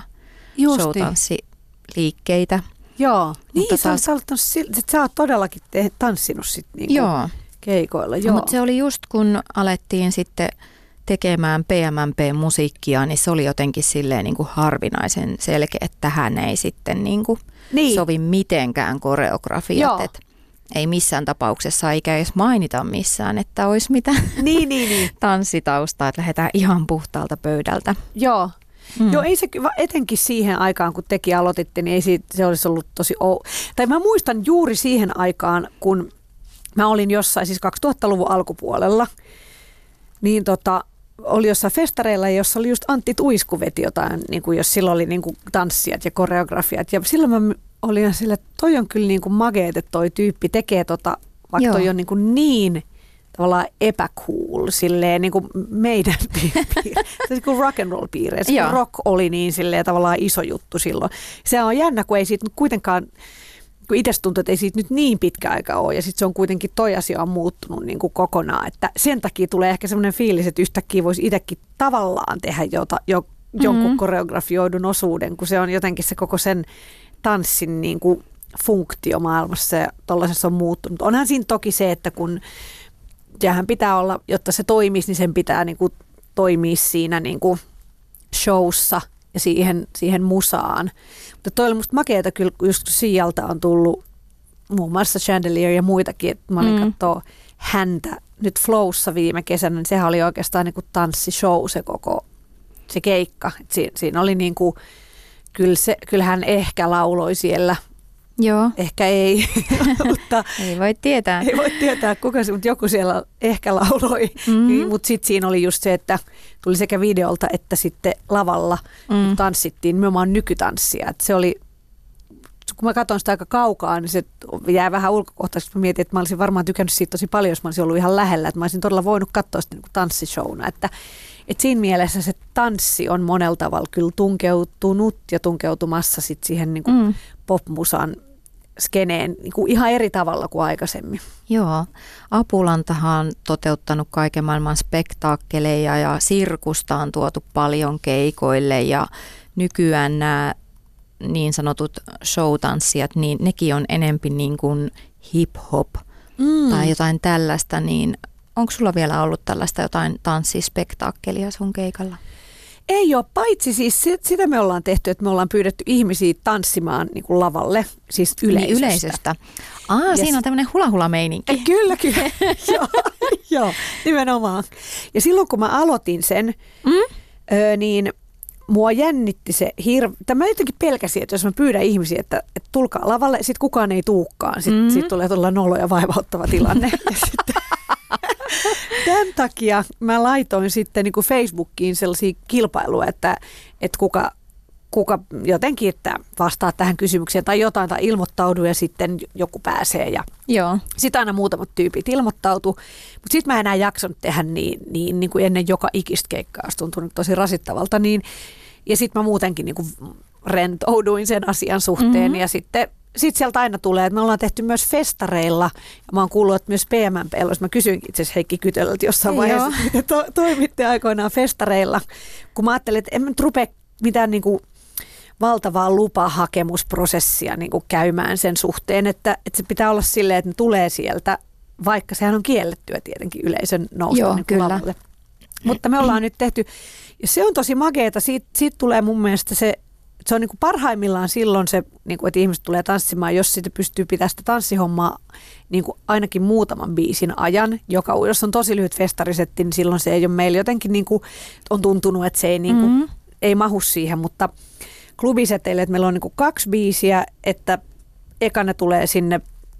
showtanssiliikkeitä. Joo, niin mutta sä, taas... sä, olet, sä oot todellakin te, tanssinut sit niinku joo. keikoilla. Joo. Mutta se oli just kun alettiin sitten tekemään P M M P-musiikkia, niin se oli jotenkin silleen niin kuin harvinaisen selkeä, että tähän ei sitten niin kuin niin. sovi mitenkään koreografiat. Et ei missään tapauksessa eikä edes mainita missään, että olisi mitään niin, niin, niin. tanssitaustaa, että lähdetään ihan puhtaalta pöydältä. Joo. Mm. Joo, ei se, etenkin siihen aikaan, kun tekin aloititte, niin ei siitä, se olisi ollut tosi ou... Tai mä muistan juuri siihen aikaan, kun mä olin jossain, siis kaksituhattaluvun alkupuolella, niin tota, oli jossain festareilla, jossa oli just Antti Tuisku veti jotain, niin kuin jos silloin oli niin kuin tanssijat ja koreografiat. Ja silloin mä olin sille, että toi on kyllä niin kuin mageet, että toi tyyppi tekee tota, vaikka Joo. toi on niin, kuin niin tavallaan epäcool, silleen niin kuin meidän piirissä. Se on kuin rock and roll piirissä. Rock oli niin silleen tavallaan iso juttu silloin. Se on jännä, kun ei siitä nyt kuitenkaan, kun itse tuntuu, että ei siitä nyt niin pitkä aika ole. Ja sitten se on kuitenkin, toi asia on muuttunut niin kuin kokonaan. Että sen takia tulee ehkä semmoinen fiilis, että yhtäkkiä voisi itsekin tavallaan tehdä jota, jo, jonkun mm-hmm. koreografioidun osuuden, kun se on jotenkin se koko sen tanssin niin kuin funktio maailmassa ja tollaisessa on muuttunut. Onhan siinä toki se, että kun sehän pitää olla, jotta se toimisi, niin sen pitää niin kuin toimia siinä niin kuin showssa ja siihen, siihen musaan. Mutta toi oli musta makeeta kyllä, just Sialta on tullut muun muassa Chandelier ja muitakin, että mä olin mm. kattoo häntä nyt Flowssa viime kesänä, niin sehän oli oikeastaan niin kuin tanssishow se koko se keikka. Et siinä, siinä oli niin kuin, kyllä se, kyllähän ehkä lauloi siellä. Joo. Ehkä ei, mutta ei voi tietää. Ei voi tietää kuka se, mutta joku siellä ehkä lauloi. Mm-hmm. Mutta sitten siinä oli just se, että tuli sekä videolta että sitten lavalla mm. tanssittiin nimenomaan nykytanssia. Et se oli, kun mä katson sitä aika kaukaa, niin se jää vähän ulkokohtaisesti. Mä mietin, että mä olisin varmaan tykännyt siitä tosi paljon, jos mä olisin ollut ihan lähellä. Että mä olisin todella voinut katsoa sitä niin kuin tanssishowna. Että, että siinä mielessä se tanssi on monella tavalla kyllä tunkeutunut ja tunkeutumassa sit siihen niin kuin mm. popmusan skeneen niin kuin ihan eri tavalla kuin aikaisemmin. Joo. Apulantahan on toteuttanut kaiken maailman spektaakkeleja ja sirkusta on tuotu paljon keikoille ja nykyään nämä niin sanotut showtanssijat, niin nekin on enempi niin kuin hip-hop mm. tai jotain tällaista, niin onko sulla vielä ollut tällaista jotain tanssispektaakkelia sun keikalla? Ei ole, paitsi siis sitä me ollaan tehty, että me ollaan pyydetty ihmisiä tanssimaan niin kuin lavalle, siis yleisöstä. Niin, yleisöstä. Aa, yes. Siinä on tämmöinen hula-hula-meininki. Kyllä, kyllä. joo, joo, nimenomaan. Ja silloin kun mä aloitin sen, mm? ö, niin mua jännitti se hirveä. Mä jotenkin pelkäsin, että jos mä pyydän ihmisiä, että, että tulkaa lavalle, sit kukaan ei tuukaan. Sitten mm-hmm. sit tulee tuolla nolo ja vaivauttava tilanne. Ja sitten tämän takia mä laitoin sitten niin kuin Facebookiin sellaisia kilpailuja, että, että kuka, kuka jotenkin että vastaa tähän kysymykseen tai jotain tai ilmoittaudu ja sitten joku pääsee. Ja joo. Sitten aina muutamat tyypit ilmoittautu, mutta sitten mä enää jaksanut tehdä niin, niin, niin kuin ennen joka ikistä keikkaa, se tuntui tosi rasittavalta. Niin, ja sitten mä muutenkin niin kuin rentouduin sen asian suhteen mm-hmm. ja sitten Sitten sieltä aina tulee, että me ollaan tehty myös festareilla, ja mä oon kuullut, että myös P M M P, jos mä kysyinkin itse asiassa Heikki Kytölältä jossain vaiheessa, että to, toimitte aikoinaan festareilla, kun mä ajattelin, että en mä nyt rupea mitään niin kuin valtavaa lupahakemusprosessia niin kuin käymään sen suhteen, että, että se pitää olla silleen, että ne tulee sieltä, vaikka sehän on kiellettyä tietenkin yleisön nousta niin lavalle. Mutta me ollaan nyt tehty, ja se on tosi makeeta, siitä, siitä tulee mun mielestä se, se on niin kuin parhaimmillaan silloin se, niin kuin, että ihmiset tulee tanssimaan, jos sitä pystyy pitämään sitä tanssihommaa niin kuin ainakin muutaman biisin ajan. Joka, jos on tosi lyhyt festarisetti, niin silloin se ei ole meillä jotenkin niin kuin, on tuntunut, että se ei, niin kuin, mm-hmm. ei mahu siihen. Mutta klubiseteille, että meillä on niin kuin kaksi biisiä, että eka ne tulee sinne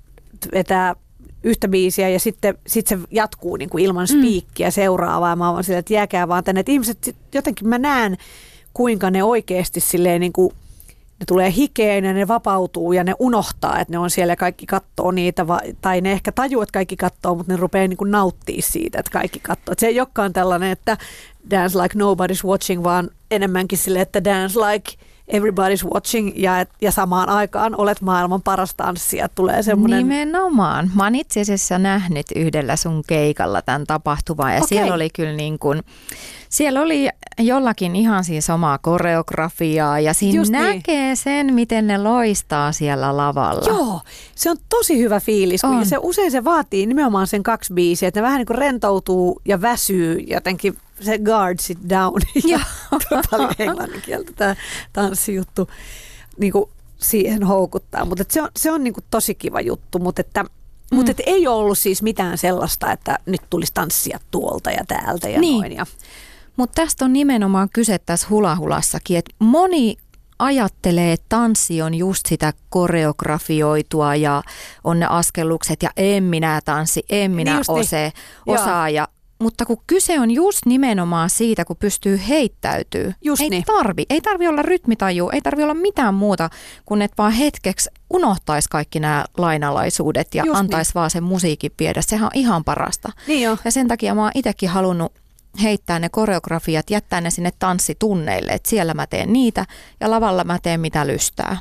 vetää yhtä biisiä ja sitten sit se jatkuu niin kuin ilman spiikkiä seuraavaa. Ja mä oon silleen, että jääkää vaan tänne. Että ihmiset jotenkin mä näen, kuinka ne oikeasti silleen niin kuin, ne tulee hikeen ja ne vapautuu ja ne unohtaa, että ne on siellä ja kaikki katsoo niitä, va- tai ne ehkä tajuu, että kaikki katsoo, mutta ne rupeaa niin kuin nauttia siitä, että kaikki katsoo. Että se ei olekaan tällainen, että dance like nobody's watching, vaan enemmänkin silleen, että dance like everybody's watching ja, ja samaan aikaan olet maailman paras tanssija. Tulee semmoinen... Nimenomaan. Mä oon itse asiassa nähnyt yhdellä sun keikalla tämän tapahtuman ja okay. siellä oli kyllä niin kuin, siellä oli jollakin ihan siis omaa koreografiaa ja siinä just näkee niin. sen, miten ne loistaa siellä lavalla. Joo, se on tosi hyvä fiilis. Kun se, usein se vaatii nimenomaan sen kaksi biisiä, että ne vähän niin kuin rentoutuu ja väsyy jotenkin. Se guard sit down ja paljon englannin kieltä tämä tanssijuttu niin kuin siihen houkuttaa. Mutta se on, se on niin kuin tosi kiva juttu, mutta, että, mm. mutta että ei ollut siis mitään sellaista, että nyt tulisi tanssia tuolta ja täältä ja niin. noin. Ja. Mutta tästä on nimenomaan kyse tässä hula-hulassakin, että moni ajattelee, että tanssi on just sitä koreografioitua ja on ne askellukset ja en minä tanssi, en minä niin ose, niin. osaa ja mutta kun kyse on just nimenomaan siitä, kun pystyy heittäytyy. Just ei niin. tarvi, ei tarvi olla rytmitaju, ei tarvi olla mitään muuta, kun et vaan hetkeksi unohtaisi kaikki nämä lainalaisuudet ja just antaisi niin. vaan sen musiikin viedä. Sehän on ihan parasta. Niin jo. Ja sen takia mä oon itsekin halunnut heittää ne koreografiat, jättää ne sinne tanssitunneille, että siellä mä teen niitä ja lavalla mä teen mitä lystää.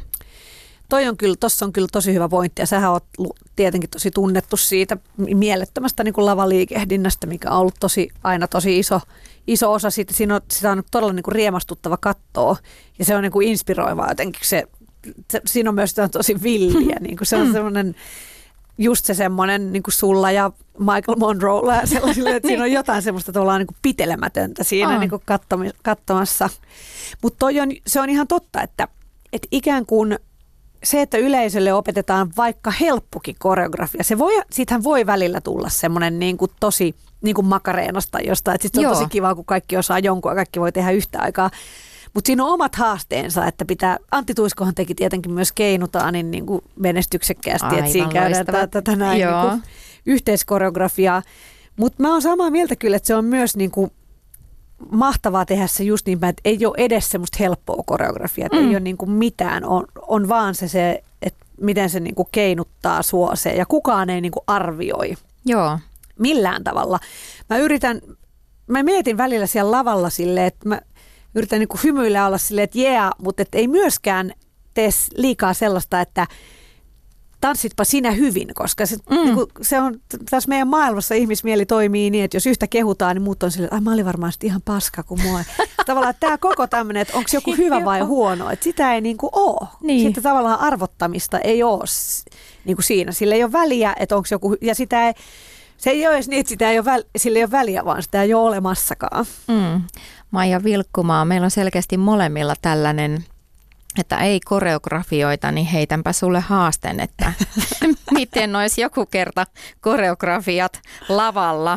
Toi on kyllä, tossa on kyllä tosi hyvä pointti ja sähän oot tietenkin tosi tunnettu siitä mielettömästä niin kuin lavaliikehdinnästä, mikä on ollut tosi, aina tosi iso, iso osa siitä. Siinä on, sitä on todella niin kuin riemastuttava katsoa ja se on niin kuin inspiroivaa jotenkin. Se, se, siinä on myös tosi villiä, niin kuin se on semmoinen just se semmoinen niin kuin sulla ja Michael Monroella ja sellaisille, että siinä on jotain semmoista tavallaan niin kuin pitelemätöntä siinä niin kuin katsomassa. Mutta se on ihan totta, että, että ikään kuin se, että yleisölle opetetaan vaikka helppokin koreografia, se voi, siitähän voi välillä tulla semmoinen niin kuin tosi niin kuin makareenasta jostain, että sit se on tosi kiva, kun kaikki osaa jonkun ja kaikki voi tehdä yhtä aikaa. Mutta siinä on omat haasteensa, että pitää, Antti Tuiskohan teki tietenkin myös Keinutaanin niin kuin menestyksekkäästi, aivan että siinä käydään tätä näin niin kuin yhteiskoreografiaa. Mutta mä oon samaa mieltä kyllä, että se on myös niin kuin mahtavaa tehdä se just niin päin, että ei ole edes semmoista helppoa koreografiaa, että mm. ei ole niin kuin mitään, on, on vaan se, se, että miten se niin kuin keinuttaa suoseen ja kukaan ei niin kuin arvioi Joo. millään tavalla. Mä yritän, mä mietin välillä siellä lavalla silleen, että mä yritän niin kuin hymyillä olla silleen, että jee, yeah, mutta et ei myöskään tee liikaa sellaista, että tanssitpa sinä hyvin, koska se, mm. niin kuin, se on tässä meidän maailmassa ihmismieli toimii niin, että jos yhtä kehutaan, niin muut on silleen, että mä olin varmaan ihan paska kuin mua. Tavallaan tämä koko tämmöinen, että onko joku hyvä vai huono, että sitä ei niin kuin ole. Niin. Sitten tavallaan arvottamista ei ole niin kuin siinä. Sillä ei ole väliä, että onko joku, ja sitä ei, se ei ole edes niin, että sitä ei ole väl, sillä ei ole väliä, vaan sitä ei ole olemassakaan. Mm. Maija Vilkkumaa, meillä on selkeästi molemmilla tällainen, että ei koreografioita, niin heitänpä sulle haasteen, että miten olisi joku kerta koreografiat lavalla.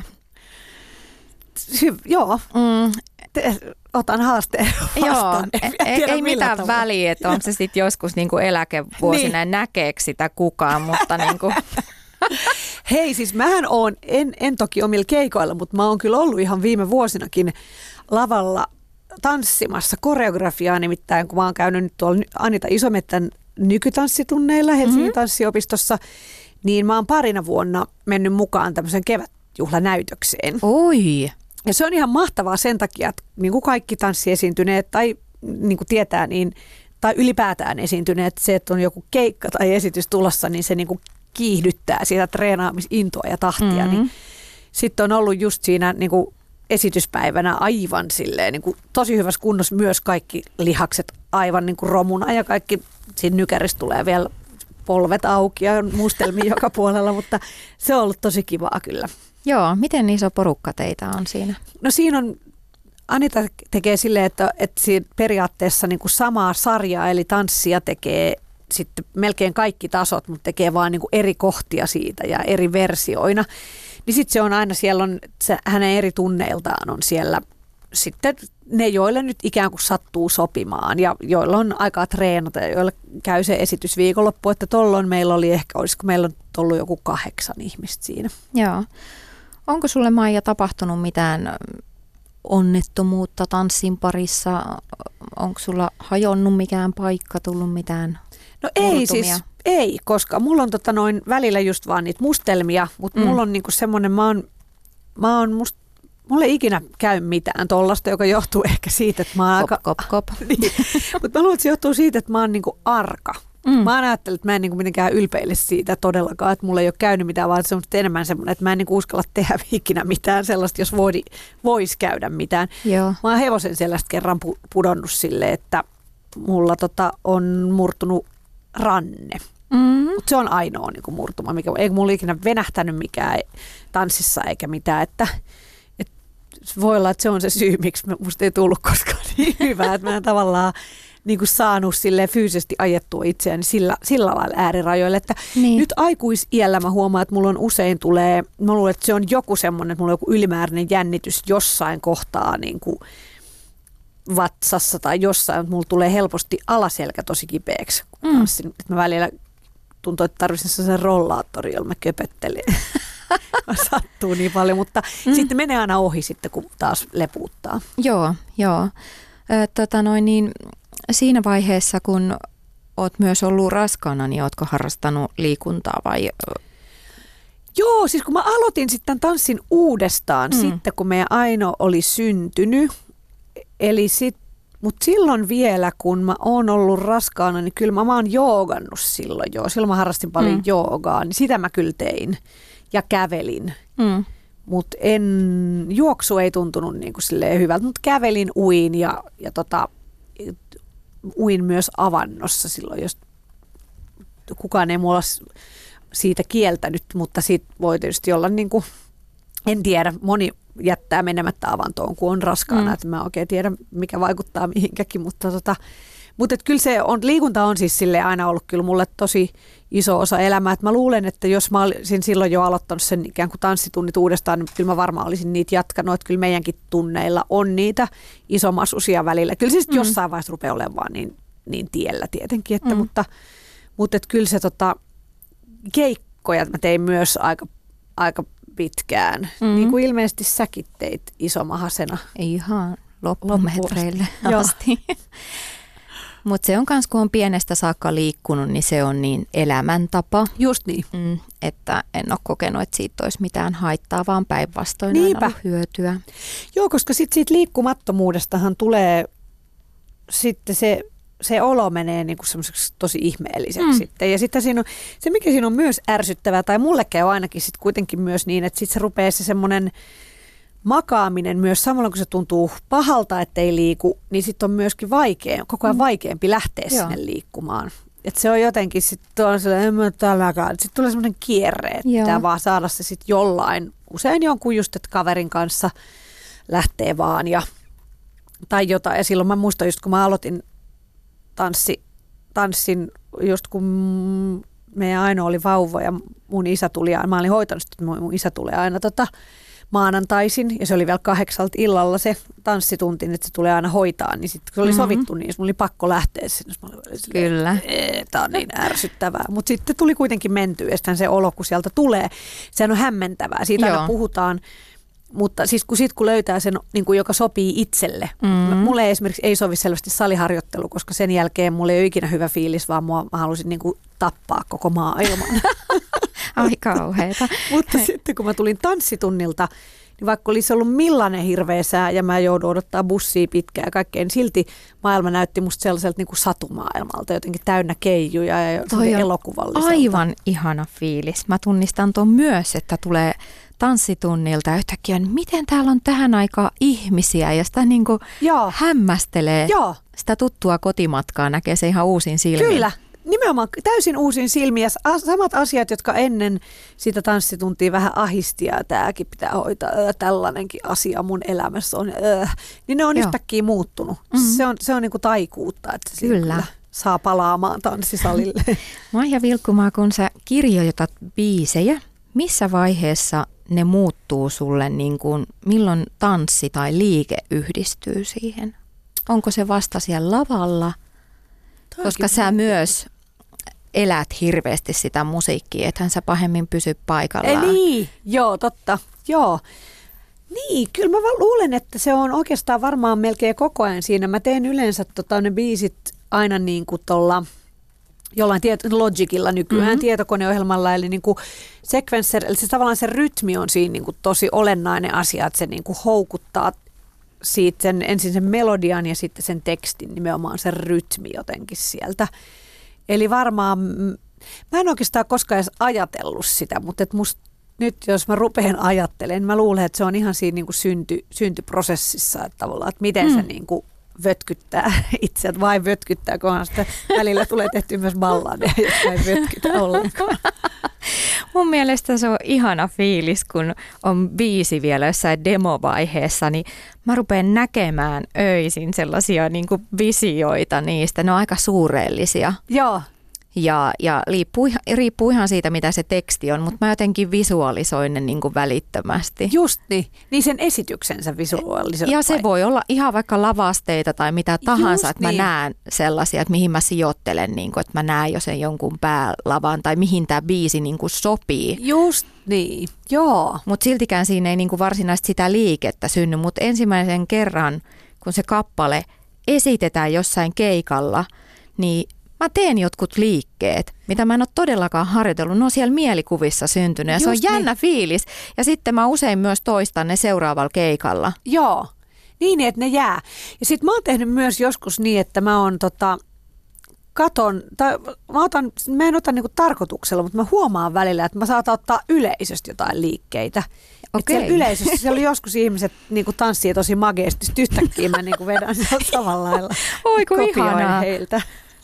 Hy- joo, mm. Te, otan haasteen vastaan. Joo, ei, ei mitään tavalla. Väliä, että on se sitten joskus niinku eläkevuosina niin. Näkeekö sitä kukaan, mutta niinku. Hei, siis mähän oon, en, en toki omilla keikoilla, mutta mä oon kyllä ollut ihan viime vuosinakin lavalla tanssimassa koreografiaa, nimittäin kun mä oon käynyt nyt tuolla Anita Isomettän nykytanssitunneilla Helsingin mm-hmm. tanssiopistossa, niin mä oon parina vuonna mennyt mukaan tämmöisen kevätjuhlanäytökseen. Oi! Ja se on ihan mahtavaa sen takia, että niin kuin kaikki tanssiesiintyneet tai niin kuin tietää, niin, tai ylipäätään esiintyneet, se, että on joku keikka tai esitys tulossa, niin se niin kuin kiihdyttää sitä treenaamisintoa ja tahtia. Mm-hmm. Niin sitten on ollut just siinä niin kuin esityspäivänä aivan silleen niin kuin tosi hyvässä kunnossa myös kaikki lihakset aivan niin kuin romuna ja kaikki siinä nykärissä tulee vielä polvet auki ja mustelmia joka puolella, mutta se on ollut tosi kivaa kyllä. Joo, miten iso porukka teitä on siinä? No siinä on, Anita tekee silleen, että, että siinä periaatteessa niin kuin samaa sarjaa eli tanssia tekee sitten melkein kaikki tasot, mutta tekee vaan niin kuin eri kohtia siitä ja eri versioina. Niin sitten se on aina, siellä on, se, hänen eri tunneiltaan on siellä sitten ne, joille nyt ikään kuin sattuu sopimaan ja joilla on aikaa treenata ja joilla käy se esitys viikonloppu, että tolloin meillä oli ehkä, olisiko meillä on ollut joku kahdeksan ihmistä siinä. Joo. Onko sulle, Maija, tapahtunut mitään onnettomuutta tanssin parissa? Onko sulla hajonnut mikään paikka, tullut mitään No ei siis, ei, koska mulla on tota noin välillä just vaan niitä mustelmia, mutta mm. mulla on niinku semmoinen, mä oon, mä oon must, mulla ei ikinä käy mitään tollasta, joka johtuu ehkä siitä, että mä oon kop, aika... Kop, kop, niin. Mutta mä luulen, että se johtuu siitä, että mä oon niinku arka. Mm. Mä ajattelen, että mä en niinku mitenkään ylpeile siitä todellakaan, että mulla ei ole käynyt mitään, vaan se on enemmän semmoinen, että mä en niinku uskalla tehdä ikinä mitään sellaista, jos voisi käydä mitään. Joo. Mä oon hevosen sellaista kerran pu- pudonnut silleen, että mulla tota on murtunut ranne. Mm-hmm. Mutta se on ainoa niin kuin murtuma, mikä ei mulla ikinä venähtänyt mikään tanssissa eikä mitään, että, että voi olla, että se on se syy, miksi musta ei tullut koskaan niin hyvää, että mä en tavallaan niin kuin saanut silleen fyysisesti ajettua itseäni sillä, sillä lailla äärirajoille, että niin. Nyt aikuisiällä mä huomaan, että mulla on usein tulee, mä luulen, että se on joku semmoinen, että mulla on joku ylimääräinen jännitys jossain kohtaa niin kuin vatsassa tai jossain, mutta mulla tulee helposti alaselkä tosi kipeäksi. Mm. Että mä välillä tuntuu, että tarvitsin sellaisen rollaattori, jolla mä köpöttelen. Sattuu niin paljon, mutta mm. sitten menee aina ohi sitten, kun taas lepuuttaa. Joo, joo. Ö, tota noin, niin siinä vaiheessa, kun oot myös ollut raskaana, niin ootko harrastanut liikuntaa vai? Joo, siis kun mä aloitin sitten tanssin uudestaan mm. sitten, kun meidän Aino oli syntynyt. Eli sit, mutta silloin vielä, kun mä oon ollut raskaana, niin kyllä mä, mä oon joogannut silloin jo. Silloin mä harrastin paljon mm. joogaa, niin sitä mä kyllä tein ja kävelin. Mm. Mutta en, juoksu ei tuntunut niin kuin silleen hyvältä, mutta kävelin, uin ja, ja tota, uin myös avannossa silloin, jos kukaan ei mulla siitä kieltänyt, mutta siitä voi tietysti olla, niin kuin, en tiedä, moni jättää menemättä avantoon, kun on raskaana, mm. että mä oikein tiedä, mikä vaikuttaa mihinkäkin, mutta, tota, mutta et kyllä se on, liikunta on siis sille aina ollut kyllä mulle tosi iso osa elämää, että mä luulen, että jos mä olisin silloin jo aloittanut sen ikään kuin tanssitunnit uudestaan, niin kyllä mä varmaan olisin niitä jatkanut, että kyllä meidänkin tunneilla on niitä isomasusia välillä. Kyllä se sitten mm. jossain vaiheessa rupeaa olemaan niin, niin tiellä tietenkin, että, mm. mutta, mutta että kyllä se tota, keikkoja mä tein myös aika, aika pitkään, mm. niin kuin ilmeisesti säkin teit isomahasena. Ihan loppumetreille asti. Mutta se on myös, kun on pienestä saakka liikkunut, niin se on niin elämäntapa. Just niin. Mm, että en ole kokenut, että siitä olisi mitään haittaa, vaan päinvastoin on ollut hyötyä. Joo, koska sit siitä liikkumattomuudestahan tulee sitten se, se olo menee niinku semmoiseksi tosi ihmeelliseksi mm. sitten. Ja sitten siinä on, se, mikä siinä on myös ärsyttävää, tai mulle käy ainakin sitten kuitenkin myös niin, että sitten se rupeaa se semmoinen makaaminen myös samalla, kun se tuntuu pahalta, ettei liiku, niin sitten on myöskin vaikea, koko ajan vaikeampi lähteä Joo. sinne liikkumaan. Et se on jotenkin sitten on sellainen, en mä tälläkään. Sitten tulee semmoinen kierre, että Joo. pitää vaan saada se sitten jollain, usein jonkun just, että kaverin kanssa lähtee vaan ja, tai jotain. Ja silloin mä muistan just, kun mä aloitin tanssi, tanssin, just kun meidän Aino oli vauva ja mun isä tuli, ja mä olin hoitanut, että mun isä tulee aina tota, maanantaisin, ja se oli vielä kahdeksalta illalla se tanssitunti, että se tulee aina hoitaa, niin sitten kun se oli sovittu, niin mulla oli pakko lähteä sinne. Mä olin silleen, Kyllä. Tämä on niin ärsyttävää. Mutta sitten tuli kuitenkin mentyä, ja sitten se olo, kun sieltä tulee, sehän on hämmentävää. Siitä Joo. aina puhutaan, mutta siis kun, sit, kun löytää sen, niin kuin joka sopii itselle. Mm-hmm. Mulle esimerkiksi ei sovi selvästi saliharjoittelu, koska sen jälkeen mulla ei ole ikinä hyvä fiilis, vaan mua, mä halusin niin kuin tappaa koko maailman. Ai kauheeta. Mutta sitten kun mä tulin tanssitunnilta, niin vaikka olisi ollut millainen hirveä sää ja mä joudun odottaa bussia pitkään ja kaikkea, niin silti maailma näytti musta sellaiselta niin kuin satumaailmalta, jotenkin täynnä keijuja ja elokuvalliselta. Aivan ihana fiilis. Mä tunnistan tuon myös, että tulee tanssitunnilta ja yhtäkkiä, miten täällä on tähän aikaan ihmisiä ja sitä niin kuin hämmästelee. Joo. Sitä tuttua kotimatkaa, näkee se ihan uusin silmin. Kyllä. Nimenomaan täysin uusin silmiä. Samat asiat, jotka ennen sitä tanssituntia vähän ahisti ja tämäkin pitää hoitaa, öö, tällainenkin asia mun elämässä on, öö, niin ne on Joo. yhtäkkiä muuttunut. Mm-hmm. Se on, se on niin kuin taikuutta, että se kyllä. kyllä saa palaamaan tanssisalille. Maija Vilkkumaa, kun sä kirjoitat biisejä, missä vaiheessa ne muuttuu sulle, niin kuin, milloin tanssi tai liike yhdistyy siihen? Onko se vasta siellä lavalla? Toikin koska sä myös elät hirveästi sitä musiikkia, ethän sä pahemmin pysy paikallaan. Ei niin, joo, totta, joo. Niin, kyllä mä luulen, että se on oikeastaan varmaan melkein koko ajan siinä. Mä teen yleensä tota, ne biisit aina niin kuin tuolla jollain tiet- Logicilla nykyään mm-hmm. tietokoneohjelmalla, eli niin kuin sequencer, eli se tavallaan se rytmi on siinä niin kuin tosi olennainen asia, että se niin kuin houkuttaa siitä sen, ensin sen melodian ja sitten sen tekstin, nimenomaan sen rytmi jotenkin sieltä. Eli varmaan, mä en oikeastaan koskaan edes ajatellut sitä, mutta et musta nyt jos mä rupean ajattelemaan, mä luulen, että se on ihan siinä niin kuin synty, syntyprosessissa, että tavallaan, että miten mm. se niin kuin vötkyttää itse, vai vötkyttää, kunhan sitä välillä tulee tehty myös balladeja, jotka ei vötkytä ollenkaan. Mun mielestä se on ihana fiilis, kun on biisi vielä jossain demovaiheessa, niin mä rupean näkemään öisin sellaisia niin kuin visioita niistä. Ne on aika suureellisia. Joo. Ja, ja riippuu, riippuu ihan siitä, mitä se teksti on, mutta mä jotenkin visualisoin ne niin kuin välittömästi. Just niin, niin sen esityksensä visualisoin. Ja se voi olla ihan vaikka lavasteita tai mitä tahansa, Just että niin. Mä näen sellaisia, että mihin mä sijoittelen, niin kuin, että mä näen jo sen jonkun päälavan tai mihin tämä biisi niin kuin sopii. Just niin, joo. Mutta siltikään siinä ei niin kuin varsinaisesti sitä liikettä synny, mutta ensimmäisen kerran, kun se kappale esitetään jossain keikalla, niin mä teen jotkut liikkeet, mitä mä en ole todellakaan harjoitellut. Ne on siellä mielikuvissa syntynyt ja Just se on jännä niin. fiilis. Ja sitten mä usein myös toistan ne seuraavalla keikalla. Joo, niin että ne jää. Ja sitten mä oon tehnyt myös joskus niin, että mä oon tota, katon, tai mä, otan, mä en ota niinku tarkoituksella, mutta mä huomaan välillä, että mä saatan ottaa yleisöstä jotain liikkeitä. Okei. Siellä yleisössä siellä joskus ihmiset niinku tanssii tosi mageesti, yhtäkkiä mä niinku vedän sieltä samalla lailla. Oi kun ihanaa. Heiltä.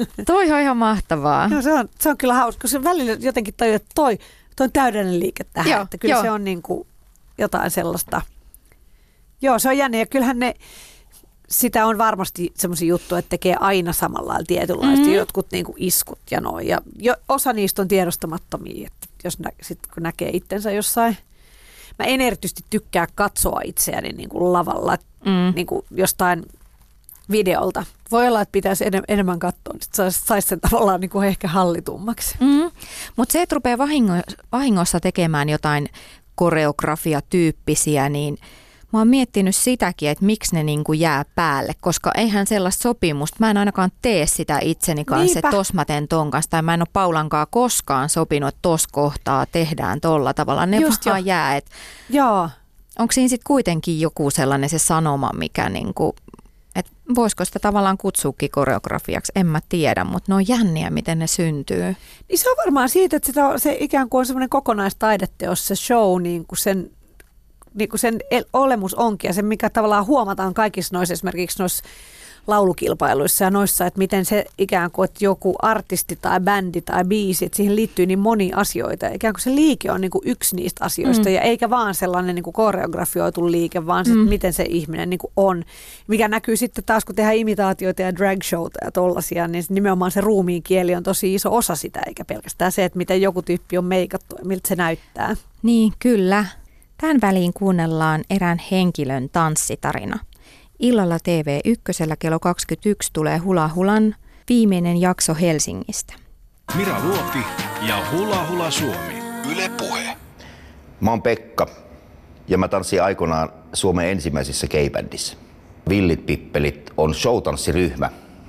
Toi on ihan mahtavaa. No, se, on, se on kyllä hauska, kun se välillä jotenkin tajuu, että toi, toi on täydellinen liike tähän. Joo, että kyllä jo. se on niin kuin jotain sellaista. Joo, se on jännä ja kyllähän ne, sitä on varmasti semmoisia juttuja, että tekee aina samalla lailla tietynlaista. Mm-hmm. Jotkut niin kuin iskut ja noin. Ja jo, osa niistä on tiedostamattomia, että jos nä, sit, kun näkee itsensä jossain. Mä en erityisesti tykkää katsoa itseäni niin kuin lavalla mm. niin kuin jostain videolta. Voi olla, että pitäisi enem- enemmän katsoa, niin saisi sais sen tavallaan niin kuin ehkä hallitummaksi. Mm. Mutta se, että rupeaa vahingo- vahingossa tekemään jotain koreografiatyyppisiä, niin mä oon miettinyt sitäkin, että miksi ne niinku jää päälle, koska eihän sellaista sopimusta, mä en ainakaan tee sitä itseni kanssa, Niinpä. että tos mä teen ton kanssa, tai mä en ole Paulankaan koskaan sopinut, että tos kohtaa tehdään tolla tavalla. Ne Just vaan jo. jää, että Joo. onko siinä sitten kuitenkin joku sellainen se sanoma, mikä niinku, että voisiko sitä tavallaan kutsuukin koreografiaksi, en mä tiedä, mutta ne on jänniä, miten ne syntyy. Niin se on varmaan siitä, että sitä, se ikään kuin on semmoinen kokonaistaideteos, se show, niin kuin sen, niin kuin sen olemus onkin ja se, mikä tavallaan huomataan kaikissa noissa, esimerkiksi noissa laulukilpailuissa ja noissa, että miten se ikään kuin, että joku artisti tai bändi tai biisi, että siihen liittyy niin monia asioita. Ikään kuin se liike on niin kuin yksi niistä asioista mm. ja eikä vaan sellainen niin kuin koreografioitu liike, vaan se, mm. miten se ihminen niin kuin on. Mikä näkyy sitten taas, kun tehdään imitaatioita ja drag-showta ja tollaisia, niin nimenomaan se ruumiin kieli on tosi iso osa sitä, eikä pelkästään se, että miten joku tyyppi on meikattu ja miltä se näyttää. Niin, kyllä. Tämän väliin kuunnellaan erään henkilön tanssitarina. Illalla T V yksi kello kaksikymmentäyksi tulee Hula Hulan viimeinen jakso Helsingistä. Mira Luoti ja Hula Hula Suomi. Yle Puhe. Mä oon Pekka ja mä tanssin aikoinaan Suomen ensimmäisessä keibändissä. Villit Pippelit on showtanssiryhmä,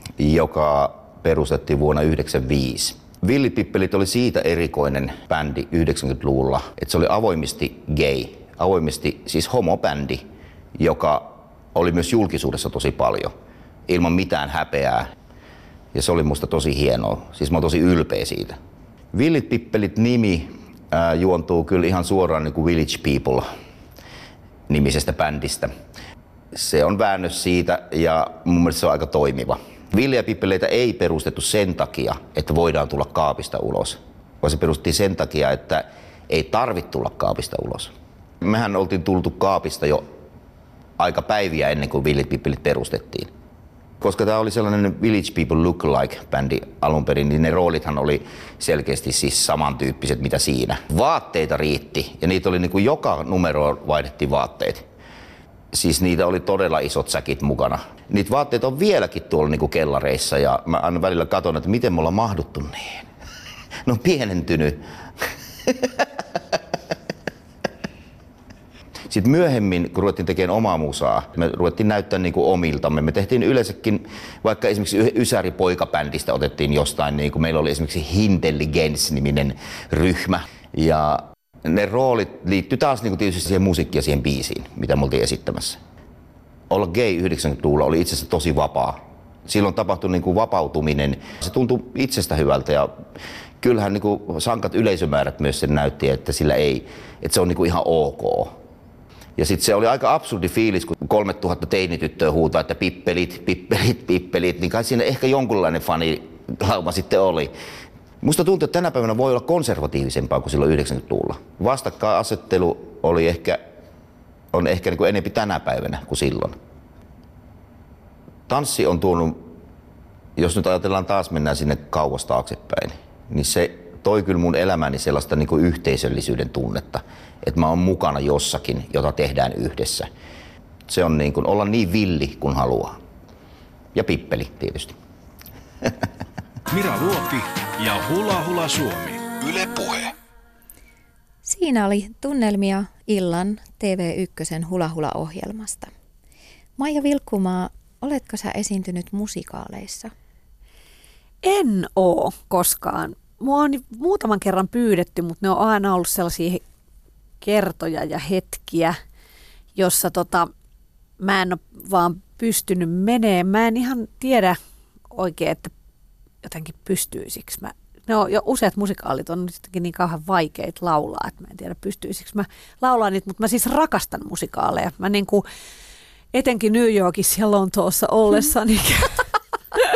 joka perustettiin vuonna yhdeksänkymmentäviisi. Villit Pippelit oli siitä erikoinen bändi yhdeksänkymmentäluvulla, että se oli avoimesti gay, avoimesti siis homobändi, joka oli myös julkisuudessa tosi paljon, ilman mitään häpeää. Ja se oli musta tosi hienoa. Siis mä oon tosi ylpeä siitä. Villit Pippelit nimi ää, juontuu kyllä ihan suoraan niin kuin Village People nimisestä bändistä. Se on väännös siitä ja mun mielestä se on aika toimiva. Villiä Pippeleitä ei perustettu sen takia, että voidaan tulla kaapista ulos, vaan se perustettiin sen takia, että ei tarvitse tulla kaapista ulos. Mehän oltiin tultu kaapista jo aika päiviä ennen kuin Villit Pippelit perustettiin. Koska tämä oli sellainen Village People Look-alike-bändi alun perin, niin ne roolithan oli selkeästi siis samantyyppiset mitä siinä. Vaatteita riitti ja niitä oli niin kuin joka numeroon vaihdettiin vaatteet. Siis niitä oli todella isot säkit mukana. Niitä vaatteita on vieläkin tuolla niin kuin kellareissa ja mä aina välillä katson, että miten me ollaan mahduttu niin. Ne on pienentynyt. Sitten myöhemmin, kun ruvettiin tekemään omaa musaa, me ruvettiin näyttämään niin kuin omiltamme. Me tehtiin yleensäkin, vaikka esimerkiksi Ysäri poikabändistä otettiin jostain, niin kuin meillä oli esimerkiksi Hintelligens-niminen ryhmä. Ja ne roolit liittyi taas niin kuin tietysti siihen musiikkiin ja siihen biisiin, mitä me oltiin esittämässä. Olla gay yhdeksänkymmentäluvulla oli itse asiassa tosi vapaa. Silloin tapahtui niin kuin vapautuminen. Se tuntui itsestä hyvältä ja kyllähän niin kuin sankat yleisömäärät myös sen näytti, että, sillä ei, että se on niin kuin ihan ok. Ja sitten se oli aika absurdi fiilis, kun kolmetuhatta teinityttöä huutaa, että pippelit, pippelit, pippelit, niin kai siinä ehkä jonkunlainen fanilauma sitten oli. Musta tuntuu, että tänä päivänä voi olla konservatiivisempaa kuin silloin yhdeksänkymmentäluvulla. Vastakkainasettelu oli ehkä, on ehkä niin kuin enempi tänä päivänä kuin silloin. Tanssi on tuonut, jos nyt ajatellaan taas mennään sinne kauas taaksepäin, niin se toi kyllä mun elämäni sellaista niin kuin yhteisöllisyyden tunnetta, että mä oon mukana jossakin, jota tehdään yhdessä. Se on niin kuin olla niin villi kuin haluaa. Ja pippeli tietysti. Mira Luoti ja Hula Hula Suomi. Yle Puhe. Siinä oli tunnelmia illan T V yksi Hula Hula-ohjelmasta. Maija Vilkkumaa, oletko sä esiintynyt musikaaleissa? En oo koskaan. Mua on muutaman kerran pyydetty, mutta ne on aina ollut sellaisia kertoja ja hetkiä, jossa tota, mä en ole vaan pystynyt menee. Mä en ihan tiedä oikein, että jotenkin pystyisikö mä. Ne on jo useat musikaalit on jotenkin niin kauhean vaikeita laulaa, että mä en tiedä pystyisikö mä laulaa niitä, mutta mä siis rakastan musikaaleja. Mä niin kuin, etenkin New Yorkissa ja Lontoossa ollessani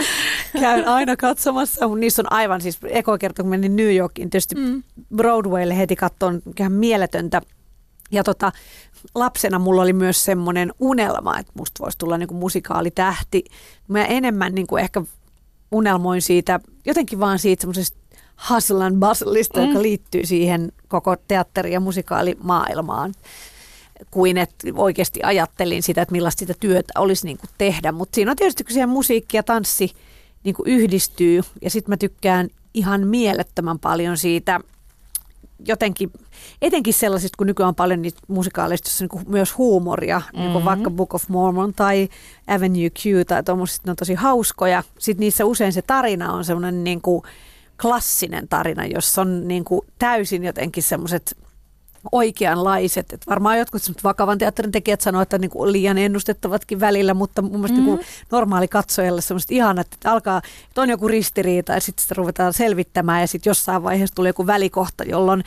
käyn aina katsomassa, mutta niissä on aivan siis, eko kerta kun menin New Yorkiin, tietysti mm. Broadwaylle heti katsoin, ihan mieletöntä. Ja tota, lapsena mulla oli myös semmoinen unelma, että musta voisi tulla niinku musikaalitähti. Mä enemmän niinku ehkä unelmoin siitä, jotenkin vaan siitä semmoisesta hustle and bustleista, mm. joka liittyy siihen koko teatteri- ja musikaalimaailmaan, kuin että oikeasti ajattelin sitä, että millaista sitä työtä olisi niinku tehdä. Mutta siinä on tietysti, kun siihen musiikki ja tanssi niinku yhdistyy, ja sitten mä tykkään ihan mielettömän paljon siitä, jotenkin, etenkin sellaisista, kun nykyään on paljon niitä musikaaleista, joissa on niin myös huumoria, mm-hmm. niin kuin vaikka Book of Mormon tai Avenue Q tai tuommoiset, ne on tosi hauskoja. Sitten niissä usein se tarina on semmoinen niin kuin klassinen tarina, jossa on niin kuin täysin jotenkin semmoiset oikeanlaiset. Et varmaan jotkut vakavan teatterin tekijät sanoo, että niin kuin liian ennustettavatkin välillä, mutta mun mielestä mm-hmm. niin normaali katsojalle semmoista ihanat, että alkaa, että on joku ristiriita ja sitten sitä ruvetaan selvittämään ja sitten jossain vaiheessa tulee joku välikohta, jolloin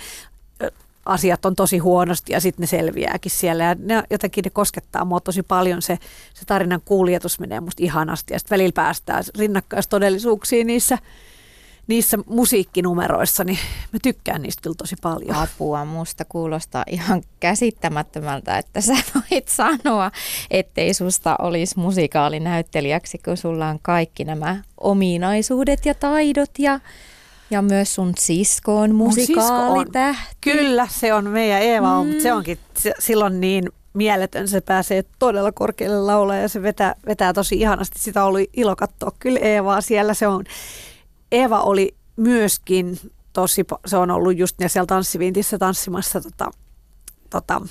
asiat on tosi huonosti ja sitten ne selviääkin siellä. Ja ne, jotenkin ne koskettaa mua tosi paljon, se, se tarinan kuljetus menee musta ihanasti ja sitten välillä päästään rinnakkaistodellisuuksiin niissä niissä musiikkinumeroissa, niin mä tykkään niistä kyllä tosi paljon. Apua, musta kuulostaa ihan käsittämättömältä, että sä voit sanoa, ettei susta olisi musikaalinäyttelijäksi, kun sulla on kaikki nämä ominaisuudet ja taidot ja, ja myös sun sisko on musikaalitähti. Kyllä, se on meidän Eeva, on, mm. mutta se onkin se, silloin niin mieletön, se pääsee todella korkealle laulaa ja se vetää, vetää tosi ihanasti. Sitä oli ilo katsoa kyllä Eevaa siellä, se on. Eeva oli myöskin tosi, se on ollut just siellä tanssivintissä tanssimassa tota, tota,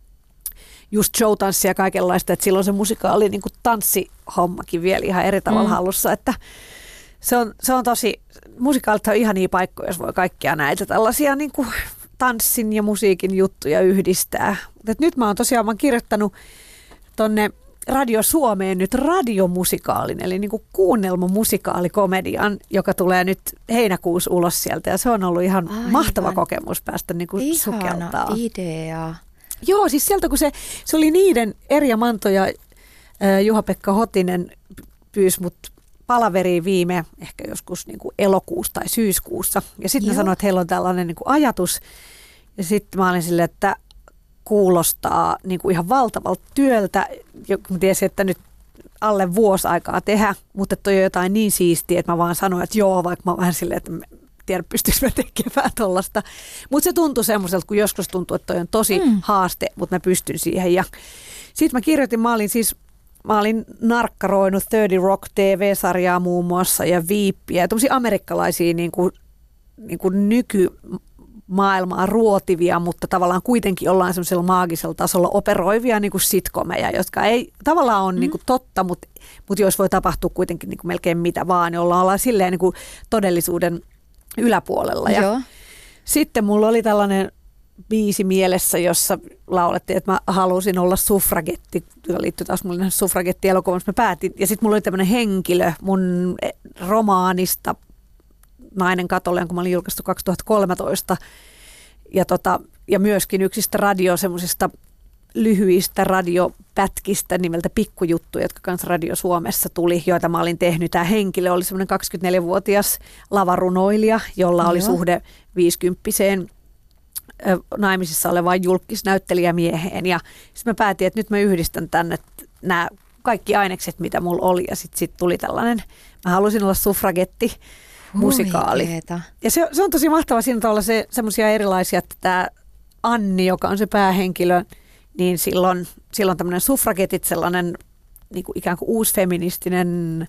just showtanssia ja kaikenlaista, että silloin se musikaali niin kuin tanssihommakin vielä ihan eri tavalla mm. hallussa, että se on, se on tosi, musikaalit on ihania paikkoja, jos voi kaikkia näitä tällaisia niin kuin tanssin ja musiikin juttuja yhdistää. Mutta nyt mä oon tosiaan mä oon kirjoittanut tonne Radio Suomeen nyt radiomusikaalin, eli niin kuin kuunnelmamusikaalikomedian, joka tulee nyt heinäkuussa ulos sieltä. Ja se on ollut ihan Aivan. mahtava kokemus päästä niin kuin sukeltaa. Idea. Joo, siis sieltä kun se, se oli niiden Erja Manto ja äh, Juha-Pekka Hotinen pyysi mut palaveriin viime, ehkä joskus niin kuin elokuussa tai syyskuussa. Ja sitten ne sanoi, että heillä on tällainen niin kuin ajatus. Ja sitten mä olin silleen, että kuulostaa niin kuin ihan valtavalta työltä. Mä tiesin, että nyt alle vuosi aikaa tehdä, mutta toi on jotain niin siistiä, että mä vaan sanoin, että joo, vaikka mä oon vähän silleen, että mä tiedän, pystyykö mä tekemään tollasta. Mutta se tuntui semmoiselta, kun joskus tuntuu, että toi on tosi mm. haaste, mutta mä pystyn siihen. Ja sitten mä kirjoitin, mä olin siis, mä olin narkkaroinut kolmekymmentä Rock T V-sarjaa muun muassa ja Viippiä ja tommosia amerikkalaisia niin kuin, niin kuin nyky maailmaa ruotivia, mutta tavallaan kuitenkin ollaan semmoisella maagisella tasolla operoivia niin kuin sitcomeja, jotka ei tavallaan ole mm. niin kuin totta, mutta, mutta jos voi tapahtua kuitenkin niin kuin melkein mitä vaan, niin ollaan, ollaan silleen niin kuin todellisuuden yläpuolella. Ja sitten mulla oli tällainen biisi mielessä, jossa laulettiin, että mä halusin olla suffragetti, joka liittyy taas mulle suffragetti-elokuvaan, mä päätin. Ja sitten mulla oli tämmöinen henkilö mun romaanista, Nainen katolle, kun mä olin julkaistu kaksituhattakolmetoista. Ja, tota, ja myöskin yksistä radio, semmoisista lyhyistä radiopätkistä nimeltä Pikkujuttuja, jotka kanssa Radio Suomessa tuli, joita mä olin tehnyt. Tämä henkilö oli semmoinen kaksikymmentäneljävuotias lavarunoilija, jolla oli Joo. suhde viisikymppiseen naimisissa olevaan julkisnäyttelijämieheen. Ja sitten mä päätin, että nyt mä yhdistän tänne nämä kaikki ainekset, mitä mulla oli. Ja sitten sit tuli tällainen, mä halusin olla suffragetti, musikaali. Huikeeta. Ja se, se on tosi mahtavaa siinä tavalla se, semmoisia erilaisia, että tämä Anni, joka on se päähenkilö, niin silloin, silloin tämmöinen suffragetit, sellainen niin kuin ikään kuin uusfeministinen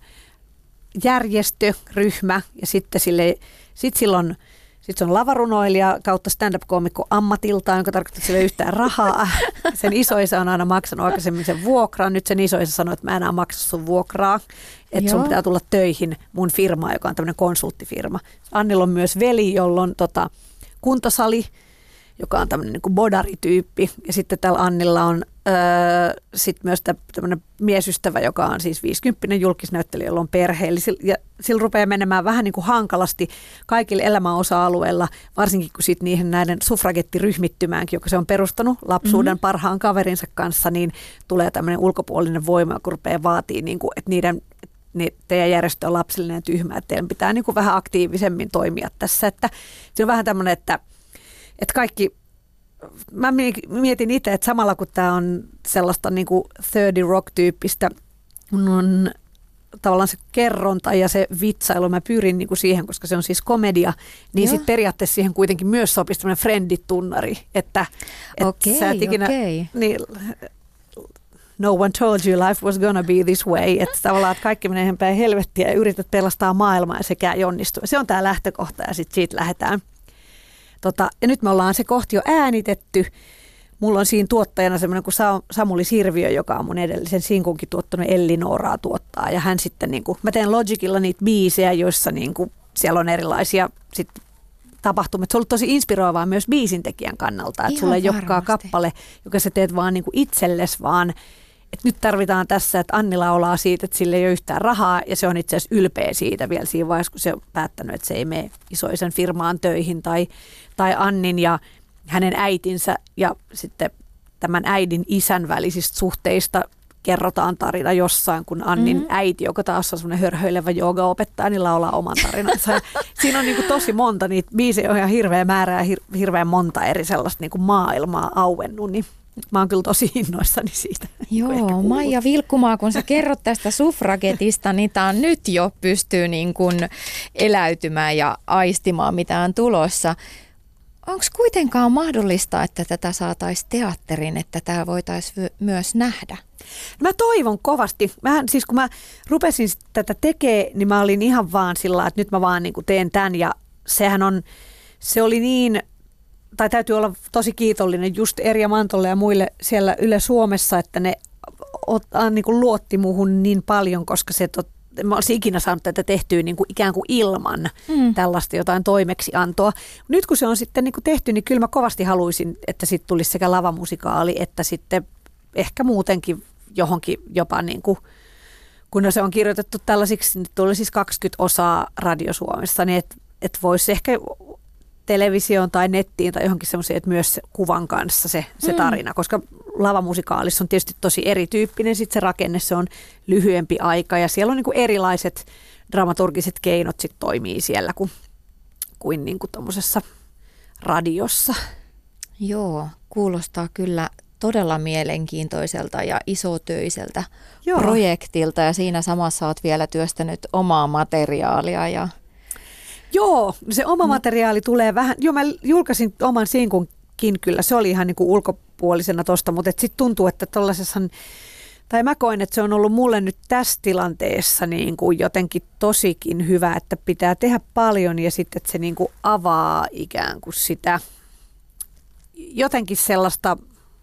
järjestö, ryhmä, ja sitten sille, sit silloin Sitten se on lavarunoilija kautta stand-up-koomikko ammatiltaan, joka tarkoittaa sille yhtään rahaa. Sen isoisä on aina maksanut aikaisemmin sen vuokran. Nyt sen isoisä sanoi, että mä enää maksa sun vuokraa. Että sun pitää tulla töihin mun firmaan, joka on tämmöinen konsulttifirma. Annilla on myös veli, jolla on tota, kuntosali, joka on tämmöinen niin kuin bodarityyppi. Ja sitten täällä Annilla on öö, sit myös tämmöinen miesystävä, joka on siis viisikymppinen julkisnäyttelijä, jolla on perhe. Eli sillä, ja sillä rupeaa menemään vähän niin kuin hankalasti kaikille elämän osa-alueilla, varsinkin kun sitten niihin näiden suffragettiryhmittymäänkin, joka se on perustanut lapsuuden mm-hmm. parhaan kaverinsa kanssa, niin tulee tämmöinen ulkopuolinen voima, joka rupeaa vaatii, niin kuin, että niiden niin teidän järjestö on lapsellinen ja tyhmä, että teidän pitää niin kuin vähän aktiivisemmin toimia tässä. Että se on vähän tämmöinen, että, että kaikki, mä mietin itse, että samalla kun tämä on sellaista niin kuin thirty rock-tyyppistä, mun on tavallaan se kerronta ja se vitsailu, mä pyrin niin kuin siihen, koska se on siis komedia, niin sitten periaatteessa siihen kuitenkin myös sopisi tämmöinen frienditunnari, että et okei, sä et ikinä, okei. niin, no one told you life was gonna be this way, että tavallaan että kaikki menee päin helvettiä ja yrität pelastaa maailmaa ja sekään ei onnistu. Se on tämä lähtökohta ja sitten siitä lähdetään. Tota, ja nyt me ollaan se kohti jo äänitetty. Mulla on siinä tuottajana semmoinen kuin Samuli Sirviö, joka on mun edellisen sinkunkin tuottanut Elli Nooraa tuottaa. Ja hän sitten, niin kuin, mä teen Logicilla niitä biisejä, joissa niin kuin, siellä on erilaisia sit, tapahtumia. Se on ollut tosi inspiroivaa myös biisintekijän kannalta. Että sulla ei olekaan kappale, joka sä teet vaan niin kuin itsellesi, vaan että nyt tarvitaan tässä, että Anni laulaa siitä, että sille ei ole yhtään rahaa. Ja se on itse asiassa ylpeä siitä vielä siinä vaiheessa, kun se on päättänyt, että se ei mene isoisen firmaan töihin. Tai, tai Annin ja hänen äitinsä ja sitten tämän äidin isän välisistä suhteista kerrotaan tarina jossain, kun Annin mm-hmm. äiti, joka taas on semmoinen hörhöilevä joogaopettaja, niin laulaa oman tarinansa. Ja siinä on niin kuin tosi monta, niitä biisejä on ihan hirveä määrä ja hir- hirveän monta eri sellaista niin kuin maailmaa auennut, niin mä oon kyllä tosi innoissani siitä. Joo, Maija Vilkkumaa, kun sä kerrot tästä suffragetista, niin tää nyt jo pystyy niin kuin eläytymään ja aistimaan, mitä on tulossa. Onko kuitenkaan mahdollista, että tätä saataisiin teatteriin, että tämä voitaisiin myös nähdä? Mä toivon kovasti. Mähän, siis kun mä rupesin tätä tekemään, niin mä olin ihan vaan sillä, että nyt mä vaan niin kuin teen tämän. Ja sehän on, se oli niin, tai täytyy olla tosi kiitollinen just Erja Mantolle ja muille siellä Yle Suomessa, että ne ot, niin kuin luotti muuhun niin paljon, koska se tot, mä olisin ikinä saanut tätä tehtyä niin kuin ikään kuin ilman mm. tällaista jotain toimeksiantoa. Nyt kun se on sitten niin kuin tehty, niin kyllä mä kovasti haluaisin, että sitten tulisi sekä lavamusikaali, että sitten ehkä muutenkin johonkin jopa niin kuin, kun se on kirjoitettu tällaisiksi, niin tuli siis kaksikymmentä osaa Radio Suomessa, niin että et voisi ehkä televisioon tai nettiin tai johonkin semmoiseen, että myös kuvan kanssa se, se tarina, mm. koska lavamusikaalissa on tietysti tosi erityyppinen, sitten se rakenne, se on lyhyempi aika ja siellä on niin kuin erilaiset dramaturgiset keinot sit toimii siellä kuin, kuin, niin kuin tuommoisessa radiossa. Joo, kuulostaa kyllä todella mielenkiintoiselta ja isotöiseltä Joo. projektilta ja siinä samassa olet vielä työstänyt omaa materiaalia. Ja Joo, se oma materiaali tulee vähän, joo mä julkaisin oman sinkunkin kyllä, se oli ihan niin kuin ulkopuolisena tosta, mutta sitten tuntuu, että tuollaisessa, tai mä koen, että se on ollut mulle nyt tässä tilanteessa niin kuin jotenkin tosikin hyvä, että pitää tehdä paljon ja sitten, että se niin kuin avaa ikään kuin sitä jotenkin sellaista,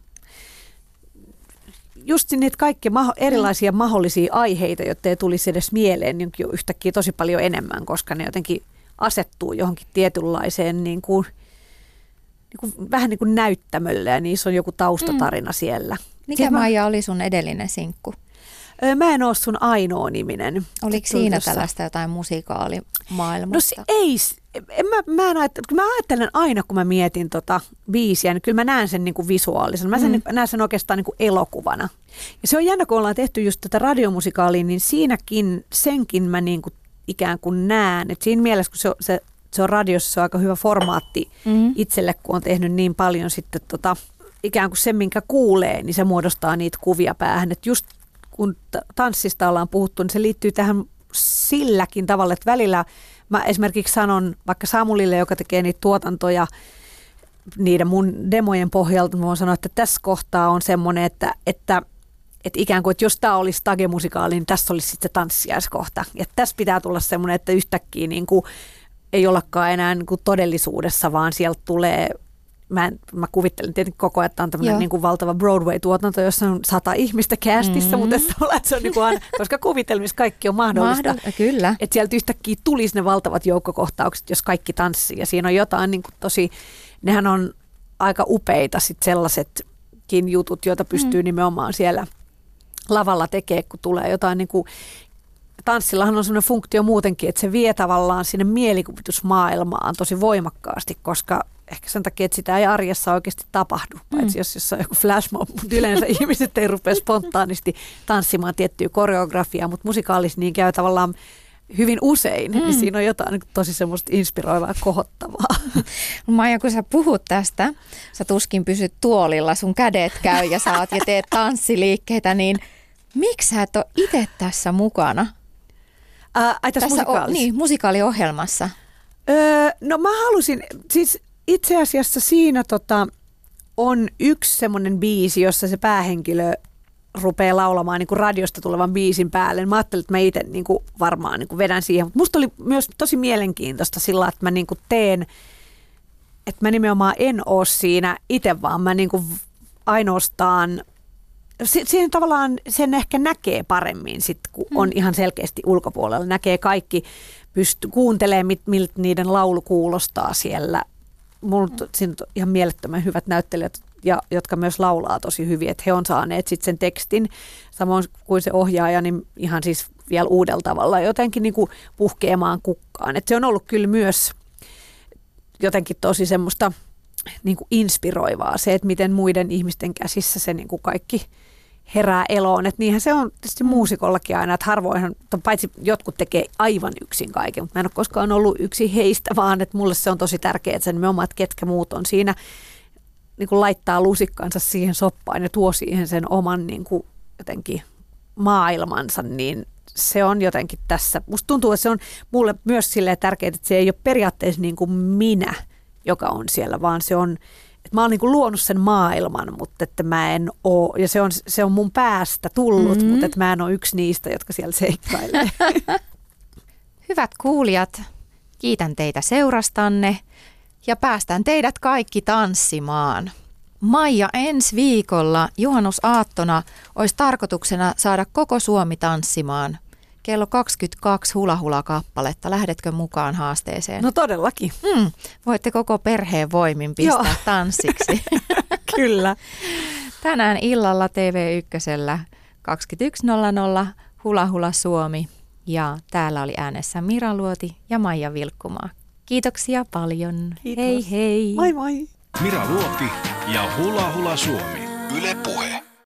just niitä kaikkia maho- erilaisia mahdollisia aiheita, jotta ei tulisi edes mieleen, niin on yhtäkkiä tosi paljon enemmän, koska ne jotenkin asettuu johonkin tietynlaiseen niin kuin, niin kuin, vähän niin kuin näyttämölle ja niissä on joku taustatarina mm. siellä. Mikä Maija oli sun edellinen sinkku? Mä en ole sun ainoa niminen. Oliko siinä tuossa tällaista jotain musikaalimaailmasta? No ei, en mä, mä, en ajattele, mä ajattelen aina, kun mä mietin tota biisiä, niin kyllä mä näen sen niin kuin visuaalisen. Mä sen, mm. näen sen oikeastaan niin kuin elokuvana. Ja se on jännä, kun ollaan tehty just tätä radiomusikaalia, niin siinäkin, senkin mä niin kuin ikään kuin näen. Et siinä mielessä, kun se, se, se on radiossa, se on aika hyvä formaatti mm. itselle, kun on tehnyt niin paljon sitten tota, ikään kuin se, minkä kuulee, niin se muodostaa niitä kuvia päähän. Et just kun tanssista ollaan puhuttu, niin se liittyy tähän silläkin tavalla, että välillä mä esimerkiksi sanon vaikka Samulille, joka tekee niitä tuotantoja niiden mun demojen pohjalta, mä voin sanoa, että tässä kohtaa on semmoinen, että, että, että ikään kuin, että jos tämä olisi tagemusikaali, niin tässä olisi sitten se tanssiaiskohta. Ja tässä pitää tulla semmoinen, että yhtäkkiä niin kuin ei ollakaan enää niin kuin todellisuudessa, vaan sieltä tulee. Mä, mä kuvittelen tietenkin koko ajan, että on tämmöinen niin kuin valtava Broadway-tuotanto, jossa on sata ihmistä castissa, mm-hmm. mutta se on niin kuin aina, koska kuvitelmissa kaikki on mahdollista. Mahdoll- kyllä. Että sieltä yhtäkkiä tulisi ne valtavat joukkokohtaukset, jos kaikki tanssii. Ja siinä on jotain niin kuin tosi, nehän on aika upeita sit sellaisetkin jutut, joita pystyy mm. nimenomaan siellä lavalla tekemään, kun tulee jotain niin kuin tanssillahan on sellainen funktio muutenkin, että se vie tavallaan sinne mielikuvitusmaailmaan tosi voimakkaasti, koska ehkä sen takia, että sitä ei arjessa oikeasti tapahdu, paitsi mm. jos jossain on joku flashmob, mutta yleensä ihmiset ei rupea spontaanisti tanssimaan tiettyä koreografiaa, mutta musikaalissa niin käy tavallaan hyvin usein, mm. niin siinä on jotain tosi semmoista inspiroivaa, kohottavaa. Maija, kun sä puhut tästä, sä tuskin pysyt tuolilla, sun kädet käy ja saat ja teet tanssiliikkeitä, niin miksi sä et ole itse tässä mukana? Ää, ai tässä, tässä o, niin, musikaaliohjelmassa. Öö, no mä halusin, siis itse asiassa siinä tota, on yksi semmoinen biisi, jossa se päähenkilö rupeaa laulamaan niin kuin radiosta tulevan biisin päälle. Mä ajattelin, että mä itse niin kuin varmaan niin kuin vedän siihen. Mutta musta oli myös tosi mielenkiintoista sillä, että mä niin kuin teen, että mä nimenomaan en ole siinä itse, vaan mä niin kuin ainoastaan, siihen tavallaan sen ehkä näkee paremmin sit, kun hmm. on ihan selkeästi ulkopuolella. Näkee kaikki, pystyy kuuntelemaan, miltä niiden laulu kuulostaa siellä. Mulla on siinä ihan mielettömän hyvät näyttelijät, ja, jotka myös laulaa tosi hyvin, että he on saaneet sitten sen tekstin, samoin kuin se ohjaaja, niin ihan siis vielä uudella tavalla jotenkin niin kuin puhkeamaan kukkaan. Et se on ollut kyllä myös jotenkin tosi semmoista niin kuin inspiroivaa, se, että miten muiden ihmisten käsissä se niin kuin kaikki herää eloon. Että niinhän se on tietysti muusikollakin aina, että harvoinhan, paitsi jotkut tekee aivan yksin kaiken, mutta mä en ole koskaan ollut yksi heistä, vaan että mulle se on tosi tärkeää, että sen nimenomaan, että ketkä muut on siinä, niin kuin laittaa lusikkansa siihen soppaan ja tuo siihen sen oman niin kuin jotenkin maailmansa, niin se on jotenkin tässä. Musta tuntuu, että se on mulle myös silleen tärkeää, että se ei ole periaatteessa niin kuin minä, joka on siellä, vaan se on, että mä oon niin kuin luonut sen maailman, mutta että mä en oo, ja se on, se on mun päästä tullut, mm-hmm. mutta että mä en ole yksi niistä, jotka siellä seikkailee. Hyvät kuulijat, kiitän teitä seurastanne. Ja päästään teidät kaikki tanssimaan. Maija, ensi viikolla juhannusaattona olisi tarkoituksena saada koko Suomi tanssimaan. Kello kaksikymmentäkaksi hula-hula-kappaletta. Lähdetkö mukaan haasteeseen? No todellakin. Mm, voitte koko perheen voimin pistää Joo. tanssiksi. Kyllä. Tänään illalla T V ykkösellä kaksikymmentäyksi nolla nolla Hula Hula Suomi. Ja täällä oli äänessä Mira Luoti ja Maija Vilkkumaa. Kiitoksia paljon. Kiitos. Hei hei. Moi moi. Mira Luoti ja Hula Hula Suomi. Yle Puhe.